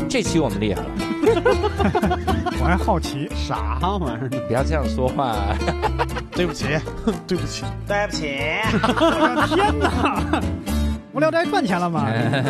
这期我们厉害了。 我还好奇啥玩意儿？ 不要这样说话。 对不起，对不起， 对不起。 我的天哪！无聊斋赚钱了吗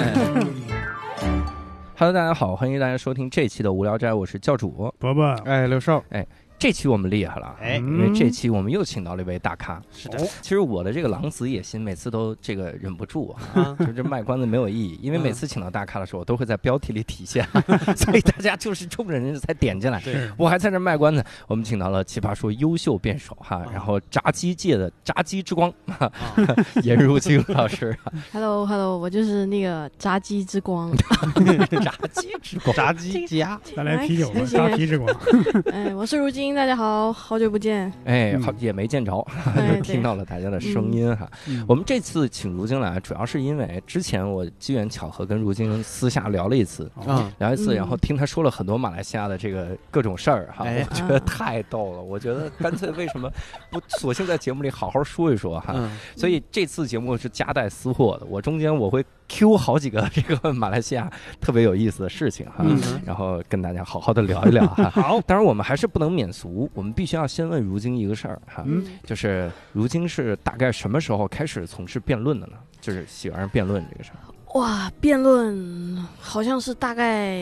？Hello， 大家好，欢迎大家收听这期的无聊斋，我是教主伯伯。 哎，刘少， 哎。这期我们厉害了，因为这期我们又请到了一位大咖。 是的， 其实我的这个狼子野心每次都这个忍不住啊，就这卖关子没有意义，因为每次请到大咖的时候，我都会在标题里体现，所以大家就是冲着人家才点进来。我还在这卖关子。我们请到了奇葩说优秀辩手哈，然后炸鸡界的炸鸡之光颜如晶老师。 Hello， 我就是那个炸鸡之光。 炸鸡之光， 炸鸡家， 再来啤酒吧，炸鸡之光。 哎，我是如晶。大家好，好久不见。 哎，好也没见着，就听到了大家的声音哈。我们这次请如晶来，主要是因为之前我机缘巧合跟如晶私下聊了一次，然后听他说了很多马来西亚的这个各种事儿哈，我觉得太逗了。我觉得干脆为什么不索性在节目里好好说一说哈？所以这次节目是夹带私货的，我中间我会 Q 好几个这个马来西亚特别有意思的事情哈，然后跟大家好好的聊一聊哈。好，当然我们还是不能免俗，我们必须要先问如晶一个事儿哈，就是如晶是大概什么时候开始从事辩论的呢？就是喜欢上辩论这个事儿。 哇，辩论好像是大概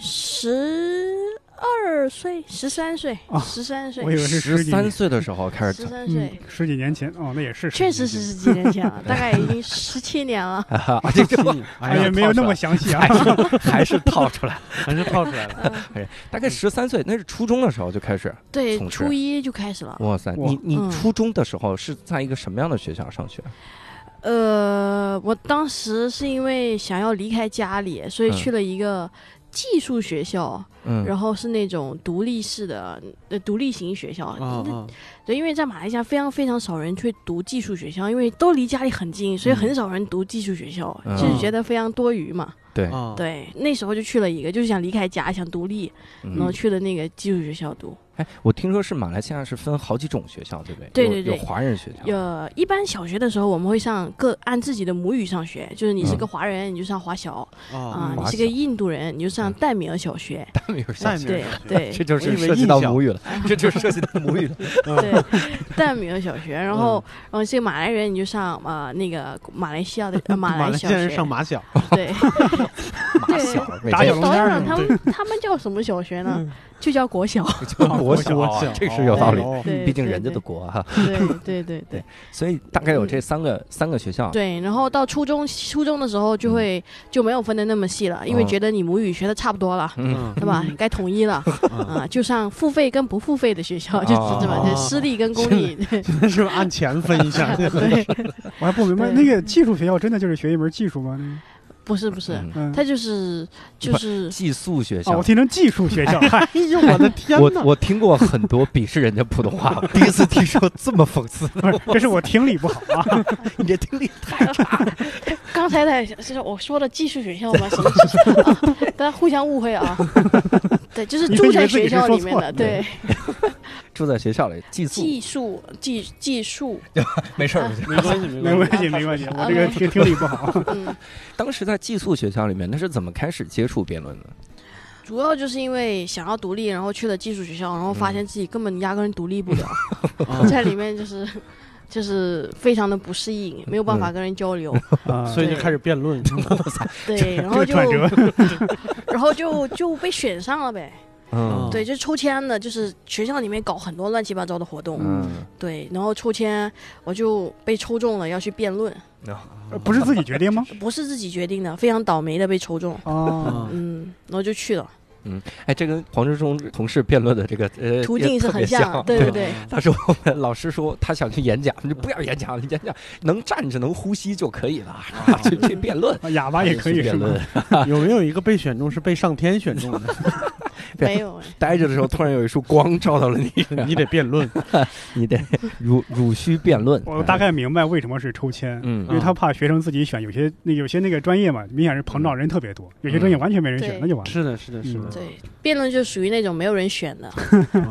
12岁、13岁、13岁。 我以为是 13岁的时候开始。 13岁， 十几年前哦，那也是。 确实是10几年前了，大概已经17年了。 哎呀，没有那么详细啊， 还是套出来， 还是套出来了。 大概13岁，那是初中的时候就开始。 对，初一就开始了。 哇塞，你初中的时候是在一个什么样的学校上学？ 我当时是因为想要离开家里，所以去了一个技术学校，然后是那种独立式的独立型学校。对，因为在马来西亚非常非常少人去读技术学校，因为都离家里很近，所以很少人读技术学校，就是觉得非常多余嘛。对，那时候就去了一个，就是想离开家，想独立，然后去了那个技术学校读。 哎，我听说是马来西亚是分好几种学校，对不对？ 对， 有华人学校。 一般小学的时候我们会按自己的母语上学，就是你是个华人，你就上华小你是个印度人，你就上淡米尔小学。 淡米尔小学， 对， 这就是涉及到母语了，这就是涉及到母语了。 对，淡米尔小学，然后是个马来人，你就上那个马来西亚的马来小学。 人上马小。 对， 马小， 他们叫什么小学呢？就叫国小。 国小，这是有道理，毕竟人家的国哈。 对， 所以大概有这三个学校。 对，然后到初中的时候就没有分的那么细了，因为觉得你母语学的差不多了，对吧？该统一了就上付费跟不付费的学校，就这么私立跟公立。 是不是按钱分一下？ 对， 我还不明白，那个技术学校真的就是学一门技术吗？ 不是，他就是寄宿学校。 我听成技术学校。 哎呦，我的天哪！ 我听过很多鄙视人家普通话，第一次听说这么讽刺。 这是我听力不好啊， 你这听力太差。 刚才是我说的技术学校吗？什么？大家互相误会啊。对，就是住在学校里面的，对。 住在学校里技术，没事， 没关系，我这个听力不好。 当时在寄宿学校里面，那是怎么开始接触辩论的？ 主要就是因为想要独立，然后去了技术学校，然后发现自己根本压根独立不了，在里面就是非常的不适应，没有办法跟人交流， 所以就开始辩论。 对，然后就被选上了呗。对，就抽签的，就是学校里面搞很多乱七八糟的活动，对，然后抽签我就被抽中了，要去辩论。 不是自己决定吗？ 不是自己决定的，非常倒霉的被抽中。然后就去了。 这跟黄志忠同事辩论的这个途径是很像，对。 他说我们老师说他想去演讲，你就不要演讲，你演讲能站着能呼吸就可以了，去辩论， 哑巴也可以辩论。 有没有一个被选中是被上天选中的？ 没有， 待着的时候突然有一束光照到了你， 你得辩论， 你得汝需辩论。 我大概明白为什么是抽签，因为他怕学生自己选，有些那个专业嘛，明显是膨胀人特别多，有些专业完全没人选，那就完了。 是的。 对，辩论就属于那种没有人选的，对。然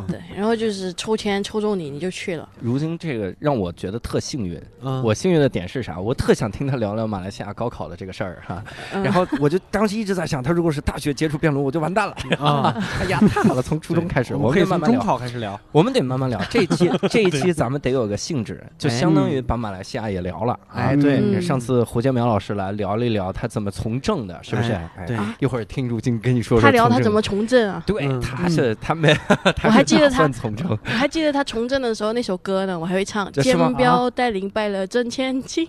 然后就是抽签抽中你就去了。 如今这个让我觉得特幸运，我幸运的点是啥？我特想听他聊聊马来西亚高考的这个事儿哈。然后我就当时一直在想，他如果是大学接触辩论，我就完蛋了啊！哎呀，太好了，从初中开始， 我们可以从中考开始聊， 我们得慢慢聊。这一期咱们得有个性质，就相当于把马来西亚也聊了。 哎，对， 上次胡建苗老师来聊了一聊他怎么从政的，是不是？ 对， 一会儿听如今跟你说他聊他怎么从政啊？ 对，他们， 我还记得他从政， 我还记得他从政的时候那首歌呢，我还会唱。建标带领败了真千金。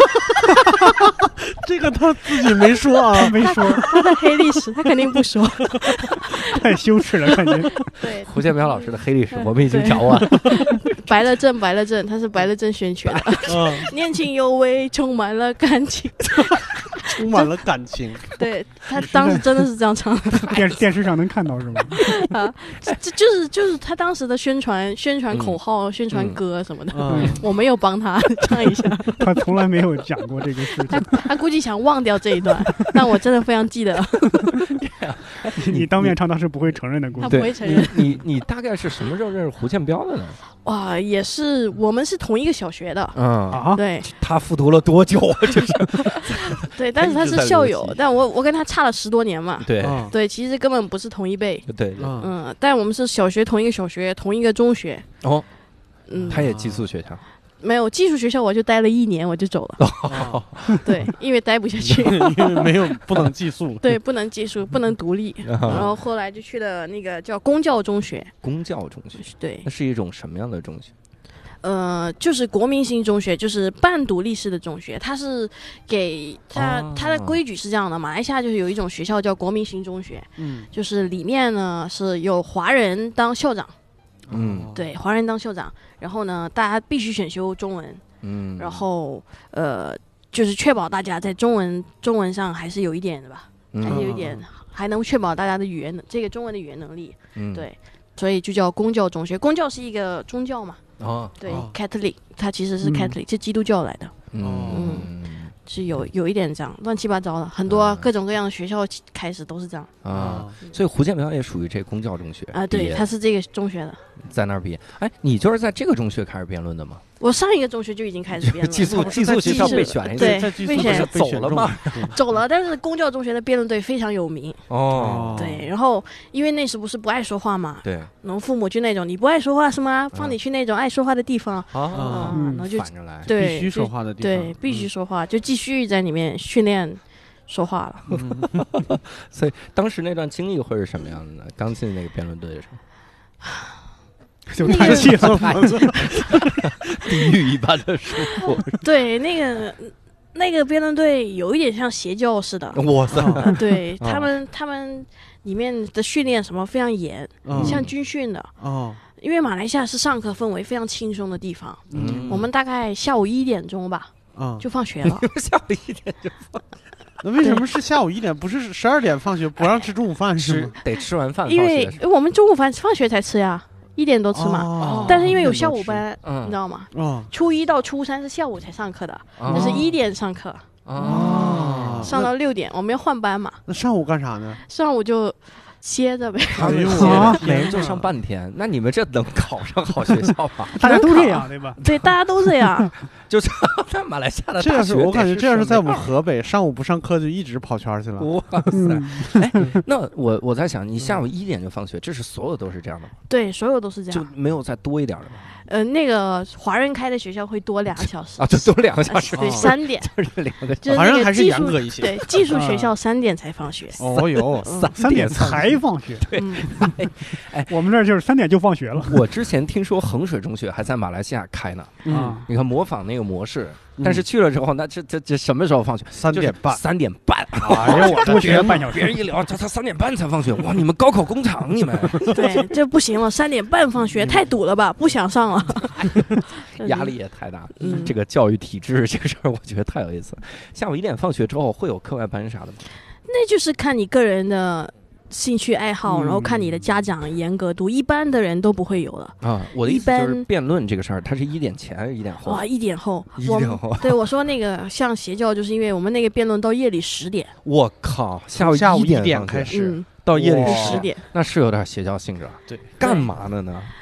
这个他自己没说啊， 没说他的黑历史，他肯定不说， 太羞耻了，感觉。 对， 胡建苗老师的黑历史我们已经讲完。 白了正，他是白了正选权的，年轻有为，充满了感情。 充满了感情， 对，他当时真的是这样唱的。 电视上能看到是吗？ 啊，这就是他当时的宣传口号、宣传歌什么的，我没有帮他唱一下。 他从来没有讲过这个事情。 他估计想忘掉这一段，但我真的非常记得。 你当面唱他是不会承认的， 他不会承认。 你大概是什么时候认识胡建标的呢？ 哇，也是我们是同一个小学的，对。 他复读了多久啊？这是。 对，但是他是校友，但我跟他差了10多年嘛。 对， 其实根本不是同一辈。 对， 但我们是小学同一个小学，同一个中学。 哦，他也寄宿学校。 没有寄宿学校，我就待了1年，我就走了。对，因为待不下去， 因为不能寄宿。 对，不能寄宿，不能独立。然后后来就去了那个叫公教中学。 公教中学， 对， 那是一种什么样的中学？ 就是国民型中学，就是半独立式的中学。它是给它的规矩是这样的，马来西亚就是有一种学校叫国民型中学，就是里面呢是有华人当校长。对，华人当校长，然后呢，大家必须选修中文，然后就是确保大家在中文上还是有一点的吧，还是有一点，还能确保大家的这个中文的语言能力，对，所以就叫公教中学。公教是一个宗教嘛，对，Catholic， 它其实是 Catholic，是基督教来的，是有一点这样乱七八糟的，很多各种各样的学校开始都是这样所以胡建苗也属于这公教中学啊，对，他是这个中学的， 在那儿毕业。哎，你就是在这个中学开始辩论的吗？ 我上一个中学就已经开始辩论了， 寄宿学校被选了一次， 对，被选走了吗？ 走了，但是公教中学的辩论队非常有名对，然后因为那时不是不爱说话嘛， 对， 然后父母就那种你不爱说话是吗？放你去那种爱说话的地方然后就反着来， 对， 必须说话的地方， 对，必须说话，就继续在里面训练说话了。 所以当时那段经历会是什么样的呢？刚进那个辩论队的时候。 就叹气了， 地狱一般的舒服。 对，那个辩论队有一点像邪教似的。 哇塞！ 对他们里面的训练什么非常严，像军训的。因为马来西亚是上课氛围非常轻松的地方。我们大概下午1点钟吧，就放学了。 下午1点就放。 那为什么是下午1点，不是12点放学？不让吃中午饭是吗？ 得吃完饭。 因为我们中午饭放学才吃呀。1点多吃嘛，但是因为有下午班，你知道吗？初1到初3是下午才上课的，那是1点上课，上到6点，我们要换班嘛。 那上午干啥呢？ 上午就歇着呗。 每人就上半天，那你们这能考上好学校吗？ 大家都这样对吧？ 对，大家都这样。 就是在马来西亚的大学，我感觉这要是在我们河北，上午不上课就一直跑圈去了。 哇塞！哎，那我在想，你下午1点就放学，这是所有都是这样的吗？ 对，所有都是这样， 就没有再多一点的吗？ 那个华人开的学校会多2个小时啊，就多2个小时， 对，3点， 就是2个小时，华人还是严格一些。 对，寄宿学校3点才放学。 哦哟 ，3点才放学。 对， 哎，我们这儿就是3点就放学了。 我之前听说衡水中学还在马来西亚开呢，你看模仿那个模式。但是去了之后，那这什么时候放学 ？3点半。 3点半。 哎呀，我多学半小时。 别人一聊，他3点半才放学。哇，你们高考工厂，你们。 对，这不行了，3点半放学太堵了吧？不想上了。 压力也太大。这个教育体制这个事儿，我觉得太有意思了。下午1点放学之后会有课外班啥的吗？ 那就是看你个人的兴趣爱好，然后看你的家长严格度，一般的人都不会有了啊。我的意思就是辩论这个事儿，它是1点前还是1点后？ 哇，1点后 ，1点后。 对，我说那个像邪教，就是因为我们那个辩论到夜里10点。 我靠，下午1点开始， 到夜里10 点， 那是有点邪教性质了。 对， 干嘛的呢？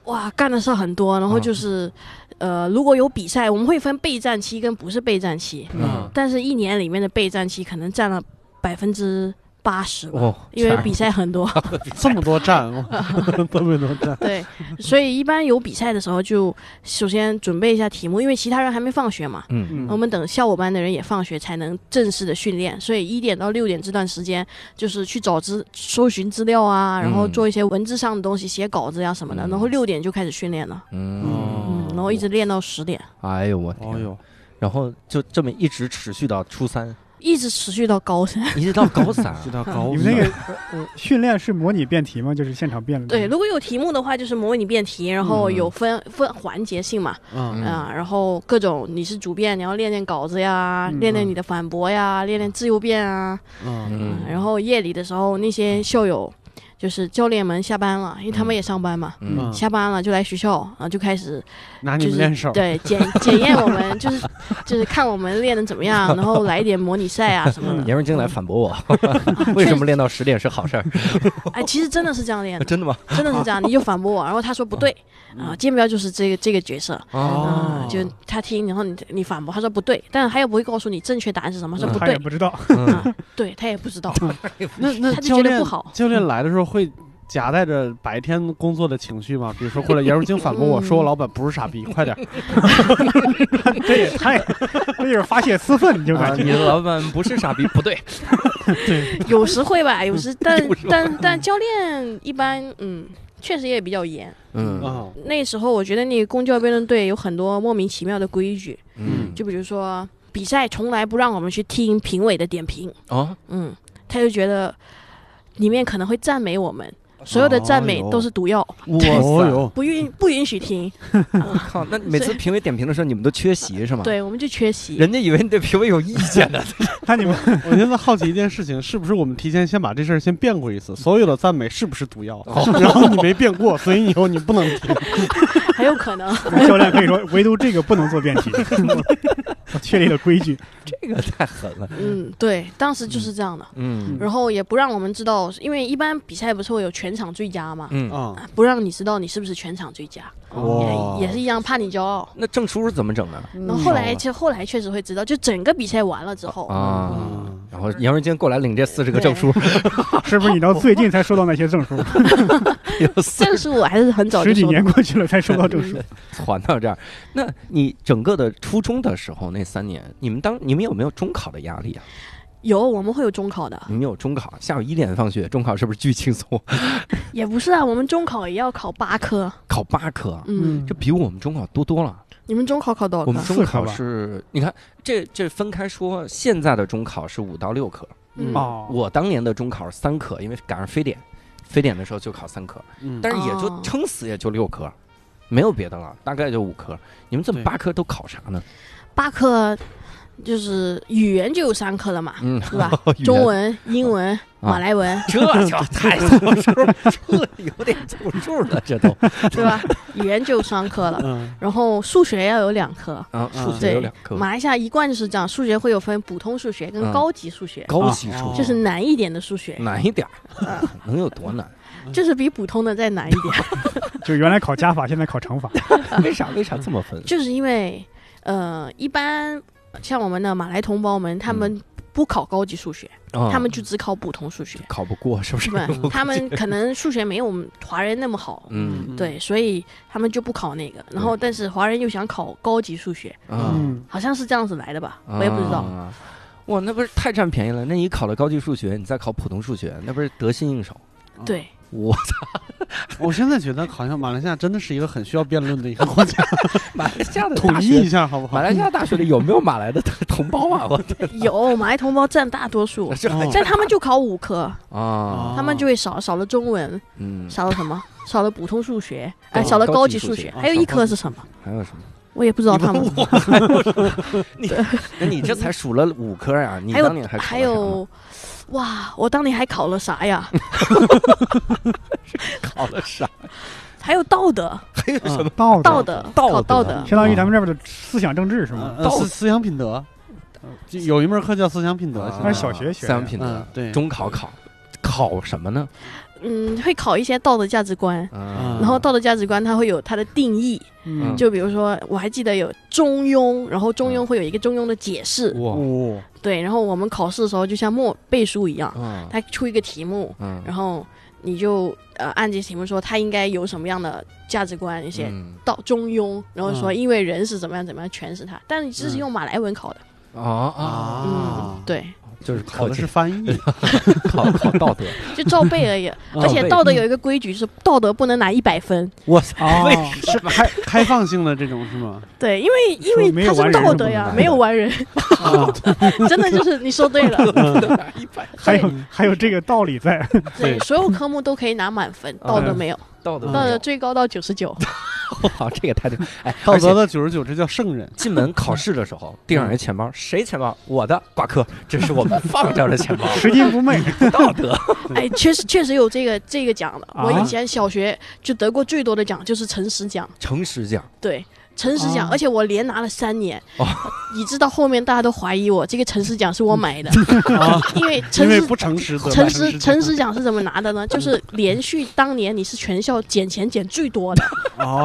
哇，干的事很多，然后就是，如果有比赛，我们会分备战期跟不是备战期，但是1年里面的备战期可能占了80%吧，因为比赛很多， 这么多站，这么多站， 对，所以一般有比赛的时候，就首先准备一下题目，因为其他人还没放学嘛，我们等校我班的人也放学才能正式的训练，所以1点到6点这段时间就是去搜寻资料啊，然后做一些文字上的东西，写稿子呀什么的，然后6点就开始训练了，然后一直练到10点。 哎呦我天！然后就这么一直持续到初3。 一直持续到高3， 一直到高3， 你们那个训练是模拟辩题吗？就是现场辩论？ 对，如果有题目的话，就是模拟辩题，然后有分环节性嘛，然后各种你是主辩，你要练练稿子呀，练练你的反驳呀，练练自由辩啊，然后夜里的时候那些校友。就是教练们下班了，因为他们也上班嘛，下班了就来学校，然后就开始拿你们练手， 对，检验我们，就是看我们练的怎么样，然后来一点模拟赛啊什么的。 严文京来反驳我，为什么练到10点是好事儿？ 哎，其实真的是这样练的， 真的吗？ 真的是这样，你就反驳我，然后他说不对剑标就是这个角色就他听，然后你反驳，他说不对，但是他又不会告诉你正确答案是什么，说不对， 他也不知道， 对他也不知道， 那他就觉得不好。 教练来的时候会夹带着白天工作的情绪吗？比如说过来严如京反驳我说我老板不是傻逼，快点！ 这也太，这就是发泄私愤，你就感觉你的老板不是傻逼，不对。 对，有时会吧，有时但教练一般确实也比较严。那时候我觉得那个公教辩论队有很多莫名其妙的规矩。就比如说比赛从来不让我们去听评委的点评。他就觉得里面可能会赞美我们。所有的赞美都是毒药，不允许听。 靠，那每次评委点评的时候，你们都缺席是吗？ 对，我们就缺席。 人家以为你对评委有意见呢。 那你们，我现在好奇一件事情，是不是我们提前先把这事儿先辩过一次？所有的赞美是不是毒药？然后你没辩过，所以以后你不能听。 很有可能。 教练可以说，唯独这个不能做辩题。确立了规矩， 这个太狠了。 对，当时就是这样的。然后也不让我们知道，因为一般比赛不是会有全场最佳嘛，不让你知道你是不是全场最佳，也是一样，怕你骄傲。 那证书是怎么整的？ 然后后来确实会知道，就整个比赛完了之后然后杨文京过来领这40个证书， 是不是你到最近才收到那些证书？ 证书我还是很早就 10几年过去了才收到证书， 传到这儿。那你整个的初中的时候那3年，你们有没有中考的压力啊？ 有，我们会有中考的。 你们有中考，下午1点放学，中考是不是巨轻松？ 也不是啊，我们中考也要考8科。 考8科，这比我们中考多了。 你们中考考多少科？ 我们中考是，你看这分开说，现在的中考是5到6科。我当年的中考是3科，因为赶上非典的时候就考3科，但是也就撑死也就6科，没有别的了，大概就5科。你们怎么8科都考啥呢 ？8科。就是语言就有3科了嘛，是吧？中文、英文、马来文， 这就太凑数，这有点凑数了，这都对吧？语言就有3科了，然后数学要有2科， 数学有2科。 马来西亚一贯就是这样，数学会有分普通数学跟高级数学， 高级数学就是难一点的数学， 难一点，能有多难？ 就是比普通的再难一点。 就原来考加法，现在考乘法， 为啥这么分？ 就是因为一般。像我们的马来同胞们，他们不考高级数学，他们就只考普通数学， 考不过是不是？ 他们可能数学没有我们华人那么好，对，所以他们就不考那个。然后，但是华人又想考高级数学，好像是这样子来的吧，我也不知道。 哇，那不是太占便宜了？那你考了高级数学，你再考普通数学，那不是得心应手？ 对。 我操！ 我现在觉得好像马来西亚真的是一个很需要辩论的一个国家。 马来西亚的统一一下好不好？ 马来西亚大学里有没有马来的同胞啊？ 有，马来同胞占大多数，但他们就考5科他们就会少了中文，少了什么？少了普通数学，少了高级数学，还有1科是什么？ 还有什么？ 我也不知道他们。 你这才数了5科啊！你当年还有。哇，我当年还考了啥呀？ 考了啥？ 还有道德， 还有什么道德， 相当于咱们这边的思想政治是吗？ 思想品德，有一门课叫思想品德， 那是小学学思想品德。 对， 中考考什么呢？ 会考一些道德价值观，然后道德价值观它会有它的定义，就比如说我还记得有中庸，然后中庸会有一个中庸的解释，对，然后我们考试的时候就像默背书一样，他出一个题目，然后你就按这题目说他应该有什么样的价值观，一些到中庸，然后说因为人是怎么样怎么样诠释它，但是你这是用马来文考的对。 就是考的是翻译， 考道德， 就照背而已。而且道德有一个规矩是道德不能拿100分。 我操， 是开放性的这种是吗？ 对，因为它是道德呀，没有完人。真的就是你说对了。 还有这个道理在。 对，所有科目都可以拿满分，道德没有。道德最高到99。 好，这个太对。哎， 道德的99，这叫圣人。 进门考试的时候，地上有钱包，谁钱包？我的，挂科。这是我们放这儿的钱包， 拾金不昧， 不道德。 哎，确实有这个奖的。我以前小学就得过最多的奖就是诚实奖。 诚实奖， 对。诚实奖，而且我连拿了3年，以致到后面大家都怀疑我这个诚实奖是我买的，因为不诚实的。 诚实奖是怎么拿的呢？就是连续当年你是全校捡钱捡最多的。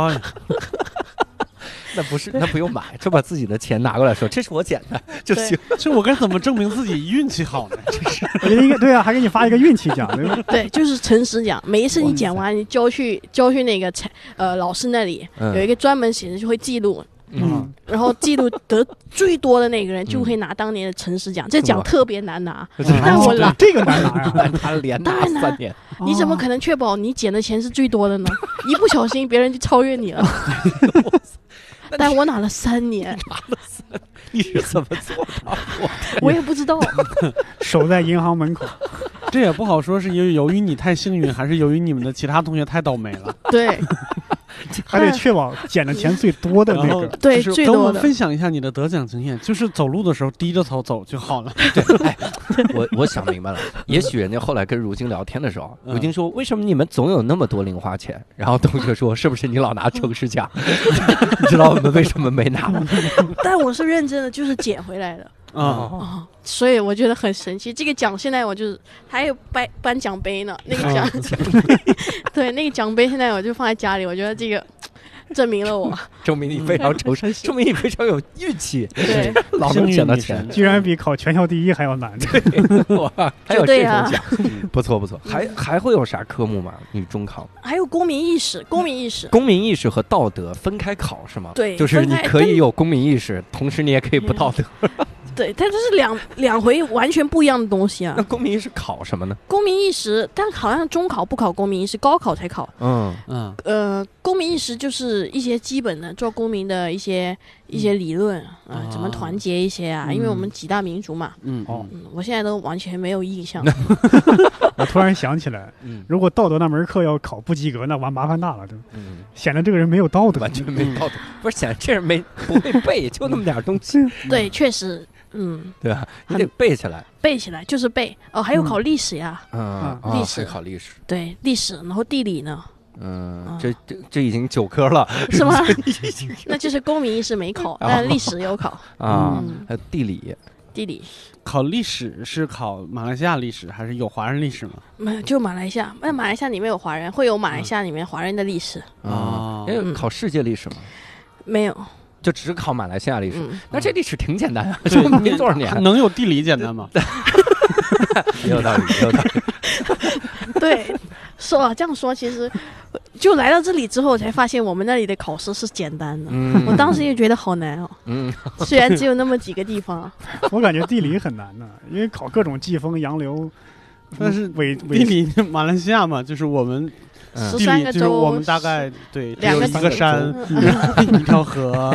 那不用买，就把自己的钱拿过来说这是我捡的就行。 这我该怎么证明自己运气好呢？这是我觉得应该对啊，还给你发一个运气奖，对吧？ 对，就是诚实奖。每一次你捡完，你交去那个老师那里，有一个专门写着就会记录。然后记录得最多的那个人就会拿当年的诚实奖，这奖特别难拿。但我拿这个难拿呀， 他连拿3年， 你怎么可能确保你捡的钱是最多的呢？一不小心别人就超越你了。但我拿了3年， 你是怎么做到？ 我也不知道。 守在银行门口， 这也不好说，是由于你太幸运，还是由于你们的其他同学太倒霉了？ 对， 还得确保捡的钱最多的那个。 对，最多的。 跟我们分享一下你的得奖经验，就是走路的时候低着头走就好了。 我想明白了，也许人家后来跟如今聊天的时候，如今说为什么你们总有那么多零花钱？然后同学说是不是你老拿诚实奖？你知道我们为什么没拿吗？ 但我是认真的，就是捡回来的。所以我觉得很神奇。这个奖现在我就是还有颁奖杯呢，那个奖，对，那个奖杯现在我就放在家里。我觉得这个证明了我， 证明你非常诚实，证明你非常有运气， 对， 老能捡到钱， 居然比考全校第1还要难。 哇，还有这种奖，不错不错。还会有啥科目吗？你中考还有公民意识和道德分开考是吗？ 对， 就是你可以有公民意识，同时你也可以不道德。 对，但这是两回完全不一样的东西啊。 那公民意识考什么呢？ 公民意识，但好像中考不考公民意识，高考才考。公民意识就是一些基本的做公民的一些理论怎么团结一些啊？因为我们几大民族嘛。我现在都完全没有印象。 我突然想起来，如果道德那门课要考不及格，那麻烦大了，对吧？显得这个人没有道德， 完全没道德。不是显得这人不会背，就那么点东西。 对，确实。 对吧？你得背起来就是背。还有考历史呀，历史考历史， 对，历史，然后地理呢？ 这已经9科了， 是吗？那就是公民意识没考，但历史有考啊。还有地理， 考历史是考马来西亚历史还是有华人历史吗？ 没有，就马来西亚。那马来西亚里面有华人，会有马来西亚里面华人的历史啊。考世界历史吗？ 没有。 就只考马来西亚历史，那这历史挺简单啊，就没多少年， 能有地理简单吗？ 也有道理。 对，这样说，其实就来到这里之后，我才发现我们那里的考试是简单的。我当时也觉得好难哦。虽然只有那么几个地方。 我感觉地理很难呢，因为考各种季风、洋流。 但是地理马来西亚嘛，就是我们。 13个州， 就是我们大概对 2个一个山，一条河，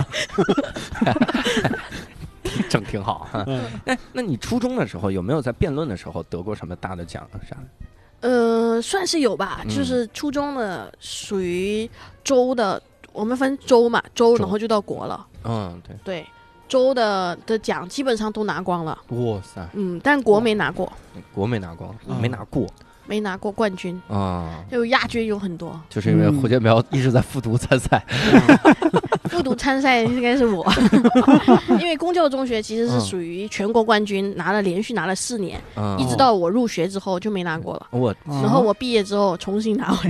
整挺好。那你初中的时候有没有在辩论的时候得过什么大的奖啥？ 算是有吧，就是初中的属于州的，我们分州嘛，州然后就到国了。对，州的奖基本上都拿光了。 哇塞！ 但国没拿过。 国没拿光，没拿过。 没拿过冠军啊，就亚军有很多， 就是因为胡建苗一直在复读参赛， 复读参赛应该是我，因为公教中学其实是属于全国冠军，连续拿了4年，一直到我入学之后就没拿过了。然后我毕业之后重新拿回。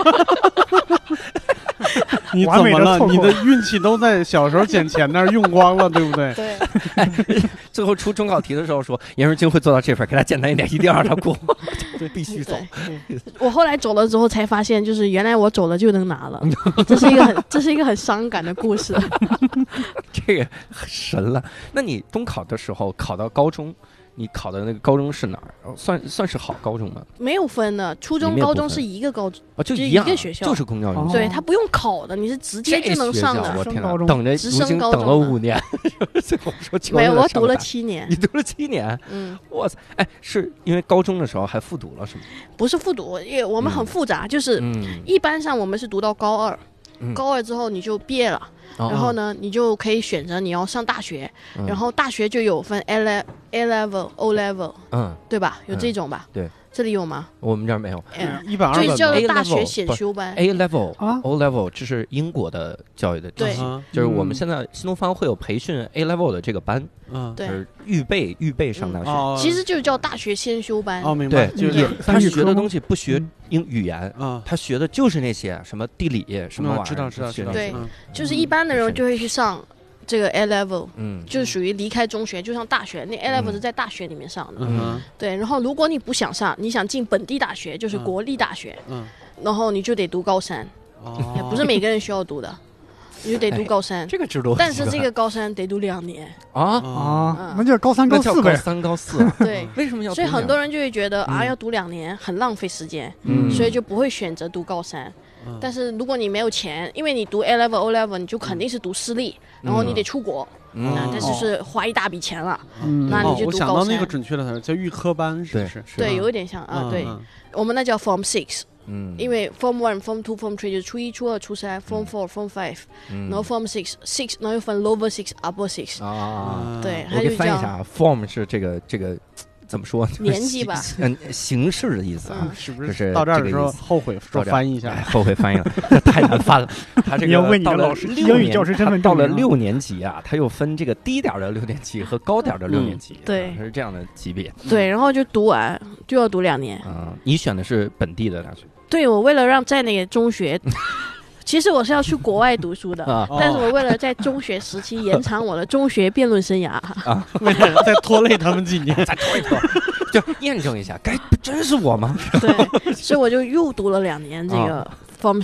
你怎么了？你的运气都在小时候捡钱那儿用光了，对不对？ 对。 最后出中考题的时候说，严瑞京会做到这份，给他简单一点，一定要让他过，对，必须走。 我后来走了之后才发现，就是原来我走了就能拿了，这是一个很伤感的故事。 这个很神了。那你中考的时候考到高中？你考的那个高中是哪儿？算是好高中吗？ 没有分的，初中、高中是一个高中， 就一样， 一个学校， 就是公教中学。 对，他不用考的，你是直接就能上的。 我天哪，等着直升高中，等了5年。 没有，我读了7年。 你读了7年？哇塞！哎，是因为高中的时候还复读了是吗？ 不是复读，因为我们很复杂，就是一般上我们是读到高2，高2之后你就毕业了。然后呢，你就可以选择你要上大学，然后大学就有分 A level、O level， 对吧？有这种吧？ 对， 这里有吗？ 我们这儿没有。 120 就叫做大学选修班。 A level、O level， 这是英国的教育的体系，就是我们现在新东方会有培训 A level 的这个班，就是预备上大学。 其实就叫大学先修班。 哦，明白。 就是他学的东西不学语言他学的就是那些什么地理什么玩意儿。 知道。 对，就是一般的人就会去上这个 A level，就是属于离开中学就上大学。那 A level 是在大学里面上的，对。然后如果你不想上，你想进本地大学，就是国立大学，然后你就得读高3，不是每个人需要读的。你就得读高3， 这个制度， 但是这个高3得读2年那就高3高4呗， 高3高4。 对， 为什么要？ 所以很多人就会觉得要读2年很浪费时间，所以就不会选择读高3。但是如果你没有钱，因为你读 A level、O level， 你就肯定是读私立，然后你得出国，但是花一大笔钱了，那你就读高3。 我想到那个准确的词叫预科班，是不是？ 对，有一点像对，我们那叫 Form 6。因为 Form 1、Form 2、Form 3就是初1、初2、初3 ，Form 4、Form 5，然后 Form 6，然后又分 Lower 6、Upper 6。对， 我给翻译一下 ，Form 是这个怎么说？ 年纪吧， 形式的意思啊， 是不是？ 就是到这儿的时候后悔说翻译一下， 后悔翻译了，这太难翻了。他这个要问你的老师，英语教师身份到了6年级啊，他又分这个低点的6年级和高点的6年级， 对， 是这样的级别。 对，然后就读完就要读2年。 你选的是本地的大学？ 对，我为了让在那个中学，其实我是要去国外读书的，但是我为了在中学时期延长我的中学辩论生涯为了再拖累他们几年， 再拖一拖，就验证一下，该真是我吗？ 对，所以我就又读了2年这个 Form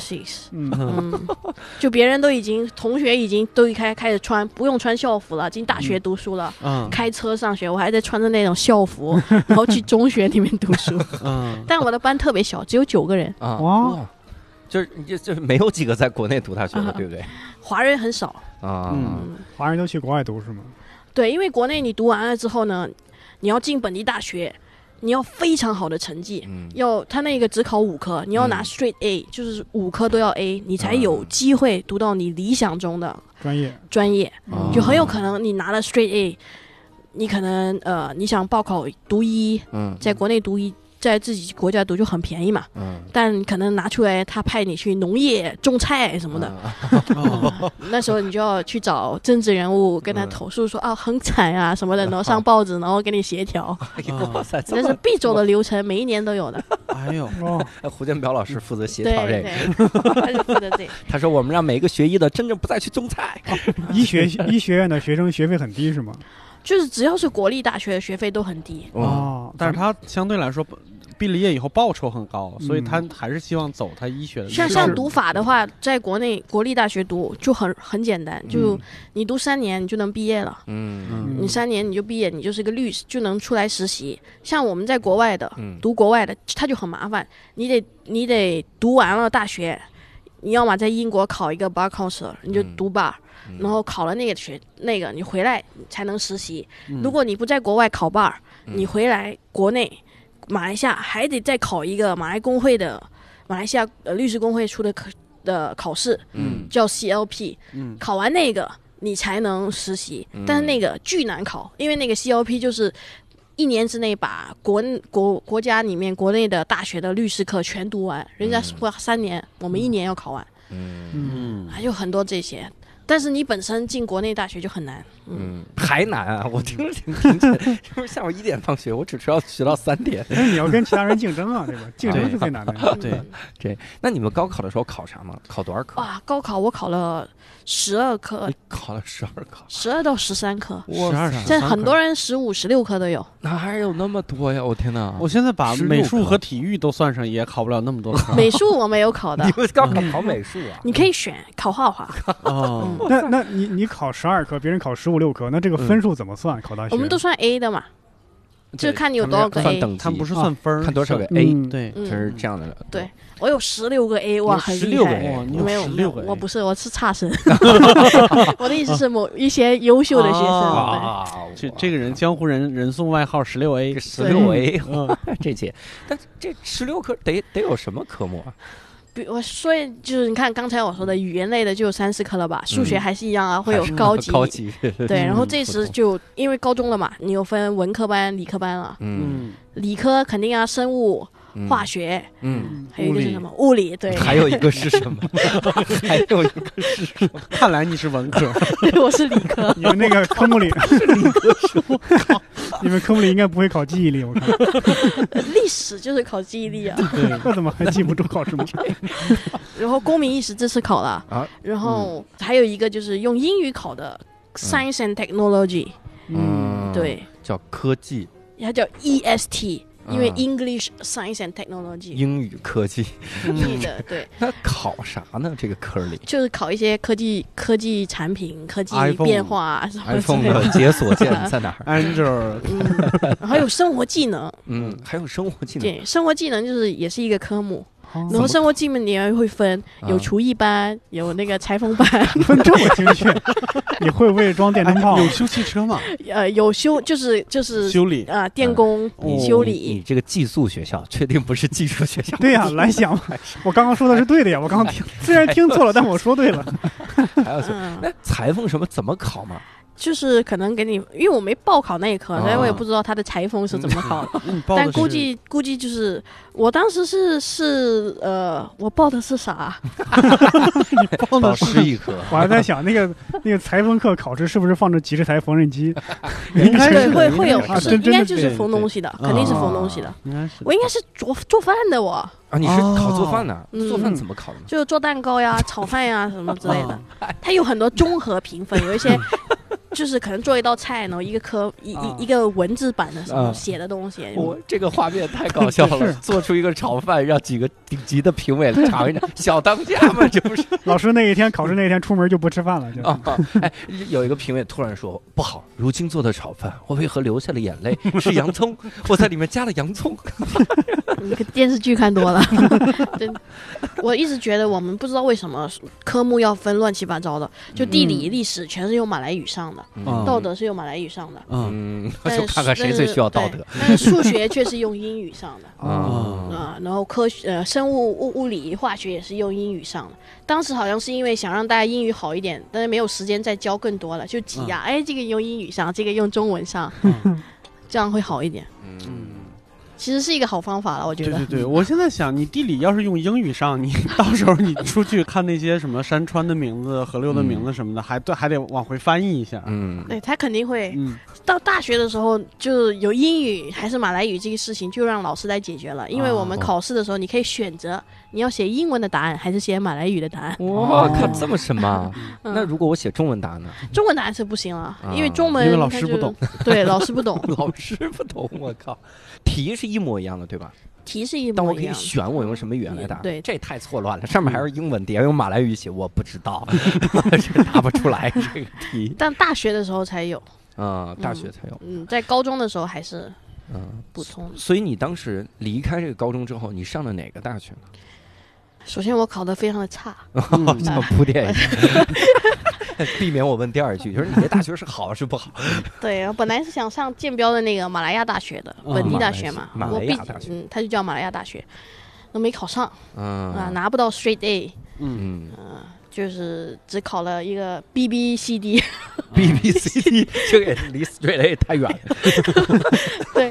6。就别人同学已经都开始不用穿校服了，进大学读书了，开车上学，我还在穿着那种校服，然后去中学里面读书。但我的班特别小，只有9个人。 哇，就是没有几个在国内读大学的，对不对？ 华人很少华人都去国外读是吗？ 对，因为国内你读完了之后呢，你要进本地大学，你要非常好的成绩，他那个只考5科，你要拿 straight A，就是5科都要 A， 你才有机会读到你理想中的专业，就很有可能你拿了 straight A， 你可能你想报考读医，在国内读医，在自己国家读就很便宜嘛，但可能拿出来他派你去农业种菜什么的，那时候你就要去找政治人物跟他投诉说很惨啊什么的，然后上报纸，然后给你协调，那是必走的流程，每一年都有的。 哎呦， 胡建彪老师负责协调这个，他就负责这个。 他说我们让每一个学医的真正不再去种菜。 医学院的学生学费很低是吗？ 就是只要是国立大学的学费都很低但是他相对来说毕了业以后报酬很高，所以他还是希望走他医学的。 像读法的话，在国内国立大学读就很简单，就你读3年你就能毕业了。你3年你就毕业，你就是个律师，就能出来实习。像我们在国外的读国外的，他就很麻烦，你得读完了大学，你要么在英国考一个 bar counselor， 你就读 bar。然后考了那个你回来才能实习。如果你不在国外考 bar，你回来国内马来西亚还得再考一个马来西亚律师工会出的考试，叫 CLP。考完那个你才能实习，但是那个巨难考，因为那个 CLP 就是 1年之内把国家里面国内的大学的律师课全读完，人家说3年，我们1年要考完。还有很多这些。但是你本身进国内大学就很难， 还难啊！我听着听起来，就是下午1点放学，我只需要学到3点。 但是你要跟其他人竞争啊，对吧？竞争是最难的。 对， 那你们高考的时候考啥吗？考多少科？ 哇，高考我考了12科。 你考了12科 ？12到13科。 12。 现在很多人15、16科都有。 哪还有那么多呀？我天哪！ 我现在把美术和体育都算上，也考不了那么多科。 美术我没有考的。 你们高考考美术啊？ 你可以选考画画。 哦。 那你考12科，别人考15、16科，那这个分数怎么算？考大学我们都算 A 的嘛，就是看你有多少个 A， 他们不是算分， 看多少个 A， 对， 是这样的。 对，我有16个 A， 哇，很厉害。 你有16个 A， 我不是，我是差生。我的意思是一些优秀的学生。 这个人江湖人送外号16A， 16A， 这届。但这16科得有什么科目啊？ 我说就是你看刚才我说的语言类的就有3、4科了吧，数学还是一样啊，会有高级对，然后这时就因为高中了嘛，你有分文科班、理科班了，理科肯定啊，生物、化学，还有一个是什么？物理，对， 还有一个是什么？还有一个是什么？ 看来你是文科， 对，我是理科。 你们那个科目里是理科，你们科目里应该不会考记忆力，我看。 历史就是考记忆力啊， 那怎么还记不住考什么？ 然后公民意识这次考了啊，然后还有一个就是用英语考的 Science and Technology，对， 叫科技， 它叫 EST。因为 English Science and Technology 英语科技的，对。 那考啥呢？这个科里就是考一些科技产品、科技变化什么之类的。 iPhone 的解锁键在哪儿 ？Android， 还有生活技能， 还有生活技能。 对，生活技能就是也是一个科目。然后生活技能你也会分，有厨艺班，有那个裁缝班， 分这么精确。你会不会装电灯泡？ 有修汽车吗？ 有修，就是修理啊，电工修理。 你这个寄宿学校确定不是技术学校？ 对呀，来想，我刚刚说的是对的呀，我刚刚虽然听错了，但我说对了。 还有那裁缝什么怎么考吗？ 就是可能给你，因为我没报考那一科，所以我也不知道他的裁缝是怎么考的。但估计就是我当时是我报的是啥？ 你报的是一科。 我还在想那个裁缝课考试是不是放着几十台缝纫机？ 应该是会有，应该就是缝东西的，肯定是缝东西的。我应该是做饭的我。 啊，你是考做饭的？做饭怎么考的？ 就是做蛋糕呀、炒饭呀什么之类的。它有很多综合评分，有一些。就是可能做一道菜，然后一个文字版的什么写的东西。 我这个画面太搞笑了，做出一个炒饭，让几个顶级的评委尝一尝，小当家嘛，这不是？ 老师那一天考试那一天出门就不吃饭了，就。 哎，有一个评委突然说不好，如今做的炒饭，我为何流下了眼泪？是洋葱，我在里面加了洋葱。 你电视剧看多了。我一直觉得我们不知道为什么科目要分乱七八糟的，就地理、历史全是用马来语上的。道德是用马来语上的， 就看看谁最需要道德。 但是数学却是用英语上的然后生物、物理、化学也是用英语上的。当时好像是因为想让大家英语好一点，但是没有时间再教更多了，就挤压。这个用英语上，这个用中文上，这样会好一点。其实是一个好方法了，我觉得。 对，我现在想，你地理要是用英语上，你到时候你出去看那些什么山川的名字、河流的名字什么的，还得往回翻译一下。 对他肯定会。到大学的时候，就有英语还是马来语这个事情，就让老师来解决了。因为我们考试的时候，你可以选择你要写英文的答案，还是写马来语的答案。 哇，看这么深吗？那如果我写中文答案呢？ 中文答案是不行了，因为中文因为老师不懂。 对，老师不懂。 老师不懂，我靠！题是一模一样的，对吧？ 题是一模一样的， 但我可以选我用什么语言来答。 对， 这太错乱了。上面还是英文，底下用马来语写，我不知道，这答不出来这个题。 但大学的时候才有大学才有。 在高中的时候还是补充。 所以你当时离开这个高中之后，你上的哪个大学呢？ 首先我考得非常的差， 想铺垫一下，避免我问第二句，就是你这大学是好是不好？ 对，我本来是想上建标的那个马来亚大学的本地大学嘛， 马来亚大学， 它就叫马来亚大学，都没考上，拿不到 straight A，就是只考了一个 BBCD， BBCD 这个离 Straight A 太远了。 对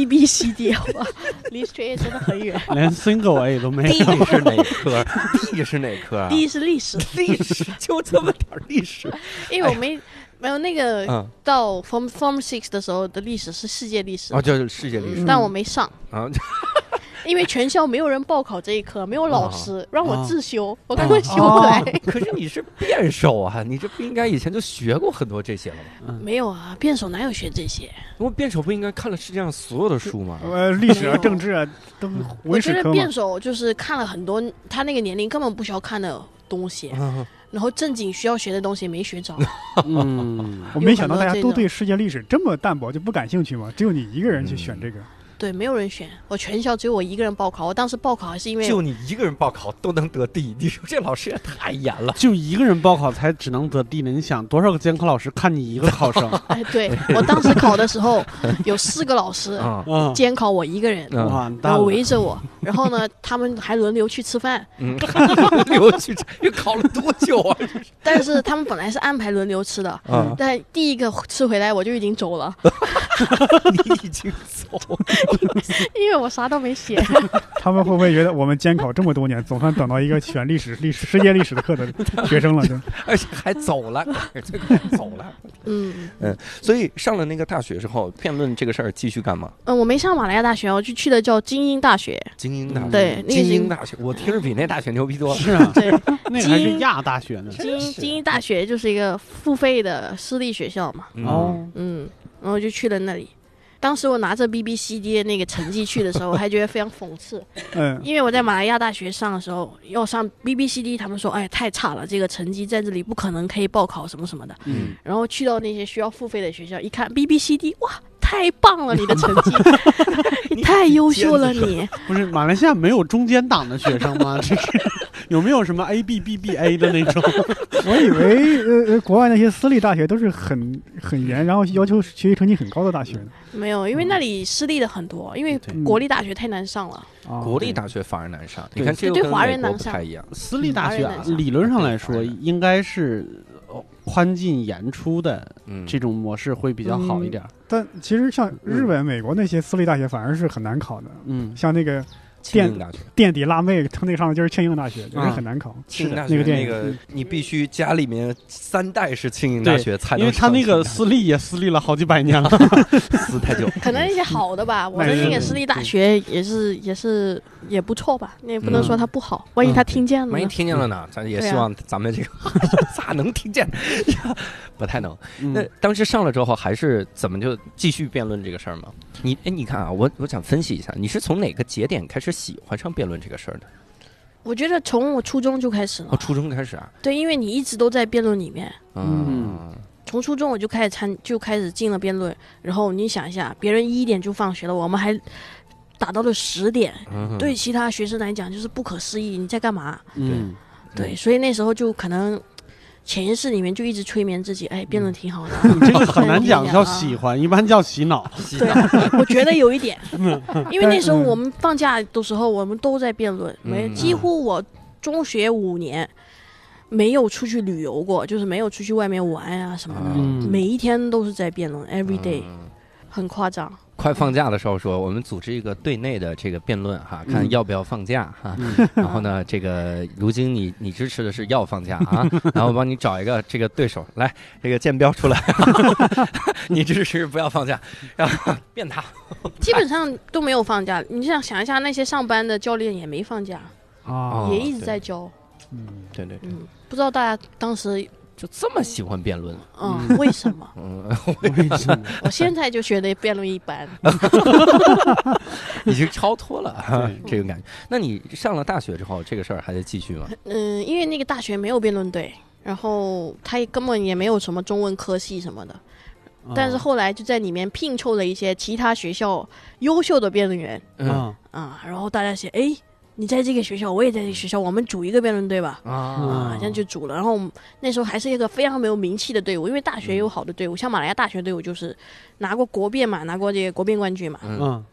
BBCD 哇，离 Straight A 真的很远， 连 Single A 都没有。 D 是哪科？D 是哪科啊 ？D 是历史， 历史就这么点历史。 因为我没有那个到 Form 6的时候的历史是世界历史哦，就是世界历史， 但我没上啊。 因为全校没有人报考这一科，没有老师，让我自修，我根本修不来。 可是你是辩手啊，你这不应该以前就学过很多这些了吗？ 没有啊，辩手哪有学这些？ 我辩手不应该看了世界上所有的书吗？ 历史啊、政治啊都我觉得辩手就是看了很多他那个年龄根本不需要看的东西。然后正经需要学的东西没学着。 我没想到大家都对世界历史这么淡薄，就不感兴趣吗？只有你一个人去选这个。 对，没有人选，我全校只有我一个人报考。我当时报考还是因为就你一个人报考都能得第，你说这老师也太严了。 就一个人报考才只能得第呢？你想多少个监考老师看你一个考生？ 哎，对我当时考的时候有4个老师监考我一个人，然后围着我，然后呢，他们还轮流去吃饭。 轮流去吃，你考了多久啊？ 但是他们本来是安排轮流吃的，但第一个吃回来我就已经走了。 你已经走了。 因为我啥都没写。 他们会不会觉得我们监考这么多年，总算等到一个选世界历史的课的学生了？ 而且还走了，走了。所以上了那个大学之后，辩论这个事儿继续干嘛？ 我没上马来亚大学，我就去的叫精英大学。 精英大学， 对， 精英大学，我听着比那大学牛逼多了。 是啊， 对， 那个还是亚大学呢。 精英大学就是一个付费的私立学校嘛。然后就去了那里。当时我拿着 BBCD 的那个成绩去的时候，我还觉得非常讽刺。因为我在马来亚大学上的时候要上 BBCD， 他们说哎太差了，这个成绩在这里不可能可以报考什么什么的。然后去到那些需要付费的学校，一看 BBCD， 哇，太棒了，你的成绩，你太优秀了，你。 不是马来西亚没有中间档的学生吗？这是有没有什么 ABBBA 的那种？ 我以为国外那些私立大学都是很严，然后要求学习成绩很高的大学呢。 没有，因为那里私立的很多，因为国立大学太难上了。 国立大学反而难上，你看这个跟美国不太一样。 私立大学理论上来说应该是宽进严出的这种模式会比较好一点。 但其实像日本、美国那些私立大学反而是很难考的。像那个垫底辣妹，他那个上的就是庆应大学，就是很难考。 庆应大学那个你必须家里面3代是庆应大学才能上， 因为他那个私立也私立了好几百年了， 私太久。 可能一些好的吧，我的那个私立大学也不错吧，你也不能说它不好，万一他听见了， 万一听见了呢？咱也希望咱们这个咋能听见？不太能。那当时上了之后，还是怎么就继续辩论这个事儿吗？你看啊，我想分析一下，你是从哪个节点开始喜欢上辩论这个事儿的？ 我觉得从我初中就开始了。 初中开始啊？ 对，因为你一直都在辩论里面。从初中我就开始进了辩论，然后你想一下，别人1点就放学了，我们还打到了10点，对其他学生来讲就是不可思议，你在干嘛？对，所以那时候就可能潜意识里面就一直催眠自己，哎，辩论挺好的。 你这个很难讲叫喜欢，一般叫洗脑。 对啊，我觉得有一点，因为那时候我们放假的时候，我们都在辩论，几乎我中学5年没有出去旅游过，就是没有出去外面玩啊什么的，每一天都是在辩论 ，every day，很夸张。 快放假的时候说，我们组织一个对内的这个辩论哈，看要不要放假哈。然后呢，这个如今你支持的是要放假啊，然后我帮你找一个这个对手来，这个剑标出来，你支持不要放假，然后辩他。 基本上都没有放假，你想一下，那些上班的教练也没放假也一直在教。 对， 不知道大家当时。 就这么喜欢辩论？ 为什么？ 为什么？ 我现在就觉得辩论一般， 已经超脱了这个感觉。那你上了大学之后，这个事儿还在继续吗？ 因为那个大学没有辩论队，然后他根本也没有什么中文科系什么的。但是后来就在里面聘凑了一些其他学校优秀的辩论员，然后大家写，哎。你在这个学校，我也在这个学校，我们组一个辩论队吧。这样就组了。然后那时候还是一个非常没有名气的队伍，因为大学有好的队伍，像马来亚大学队伍就是拿过国辩嘛，拿过这个国辩冠军嘛。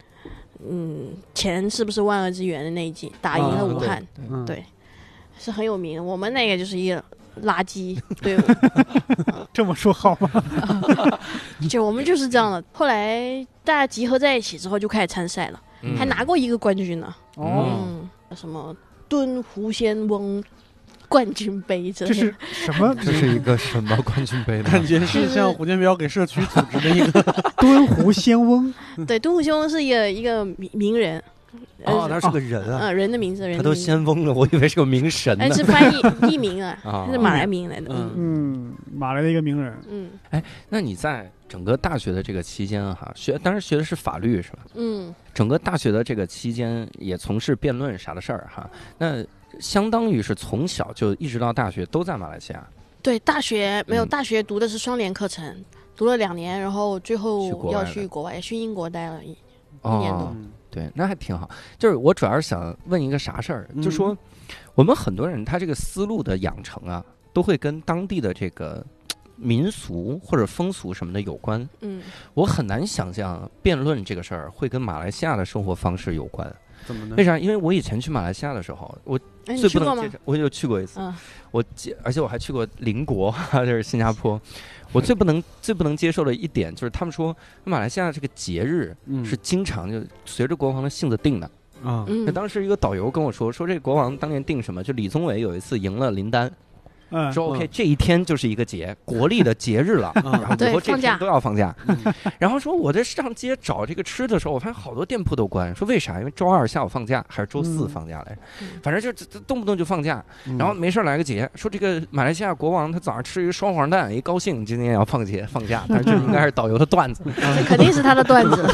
前是不是万恶之源的那一季打赢了武汉？对，是很有名的。我们那个就是一个垃圾，对， 这么说好吗？ 就我们就是这样的。后来大家集合在一起之后，就开始参赛了，还拿过一个冠军呢。什么敦湖仙翁冠军杯， 这是什么？ 这是一个什么冠军杯呢？ 感觉是像胡建彪给社区组织的一个敦湖仙翁。 对，敦湖仙翁是一个名人。 他是个人啊， 人的名字， 他都先锋了，我以为是个名神呢。 是翻译名啊，是马来名来的。 马来的一个名人。 那你在整个大学的这个期间哈，当时学的是法律是吧？整个大学的这个期间也从事辩论啥的事儿哈，那相当于是从小就一直到大学都在马来西亚。 对，大学没有，大学读的是双联课程，读了2年，然后最后要去国外，去英国待了一年多。 对，那还挺好。就是我主要是想问一个啥事儿，就说我们很多人他这个思路的养成啊，都会跟当地的这个民俗或者风俗什么的有关。我很难想象辩论这个事儿会跟马来西亚的生活方式有关。 怎么呢？ 为啥？因为我以前去马来西亚的时候，我最不能接受，我就去过一次。而且我还去过邻国，就是新加坡。我最不能接受的一点就是他们说马来西亚这个节日是经常就随着国王的性子定的啊。当时一个导游跟我说这个国王当年定什么，就李宗伟有一次赢了林丹。说 OK， 这一天就是一个节，国历的节日了，然后以后这天都要放假。然后说我在上街找这个吃的时候，我发现好多店铺都关。说为啥？因为周2下午放假，还是周4放假来着？反正就动不动就放假。然后没事来个节，说这个马来西亚国王他早上吃一个双黄蛋，一高兴今天要放假，但是这应该是导游的段子， 肯定是他的段子。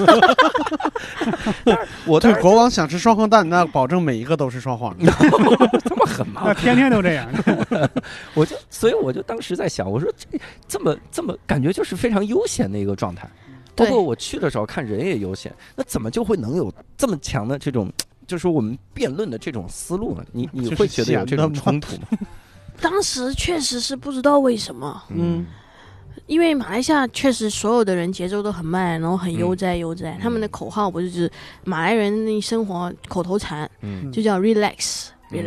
我对国王想吃双黄蛋，那保证每一个都是双黄的， 这么狠吗？ 那天天都这样。 所以我就当时在想，我说这么感觉就是非常悠闲的一个状态，包括我去的时候看人也悠闲，那怎么就会能有这么强的这种，就是我们辩论的这种思路呢？你会觉得有这种冲突吗？ 当时确实是不知道为什么，因为马来西亚确实所有的人节奏都很慢，然后很悠哉，他们的口号不是就是马来人的生活口头禅，就叫 relax。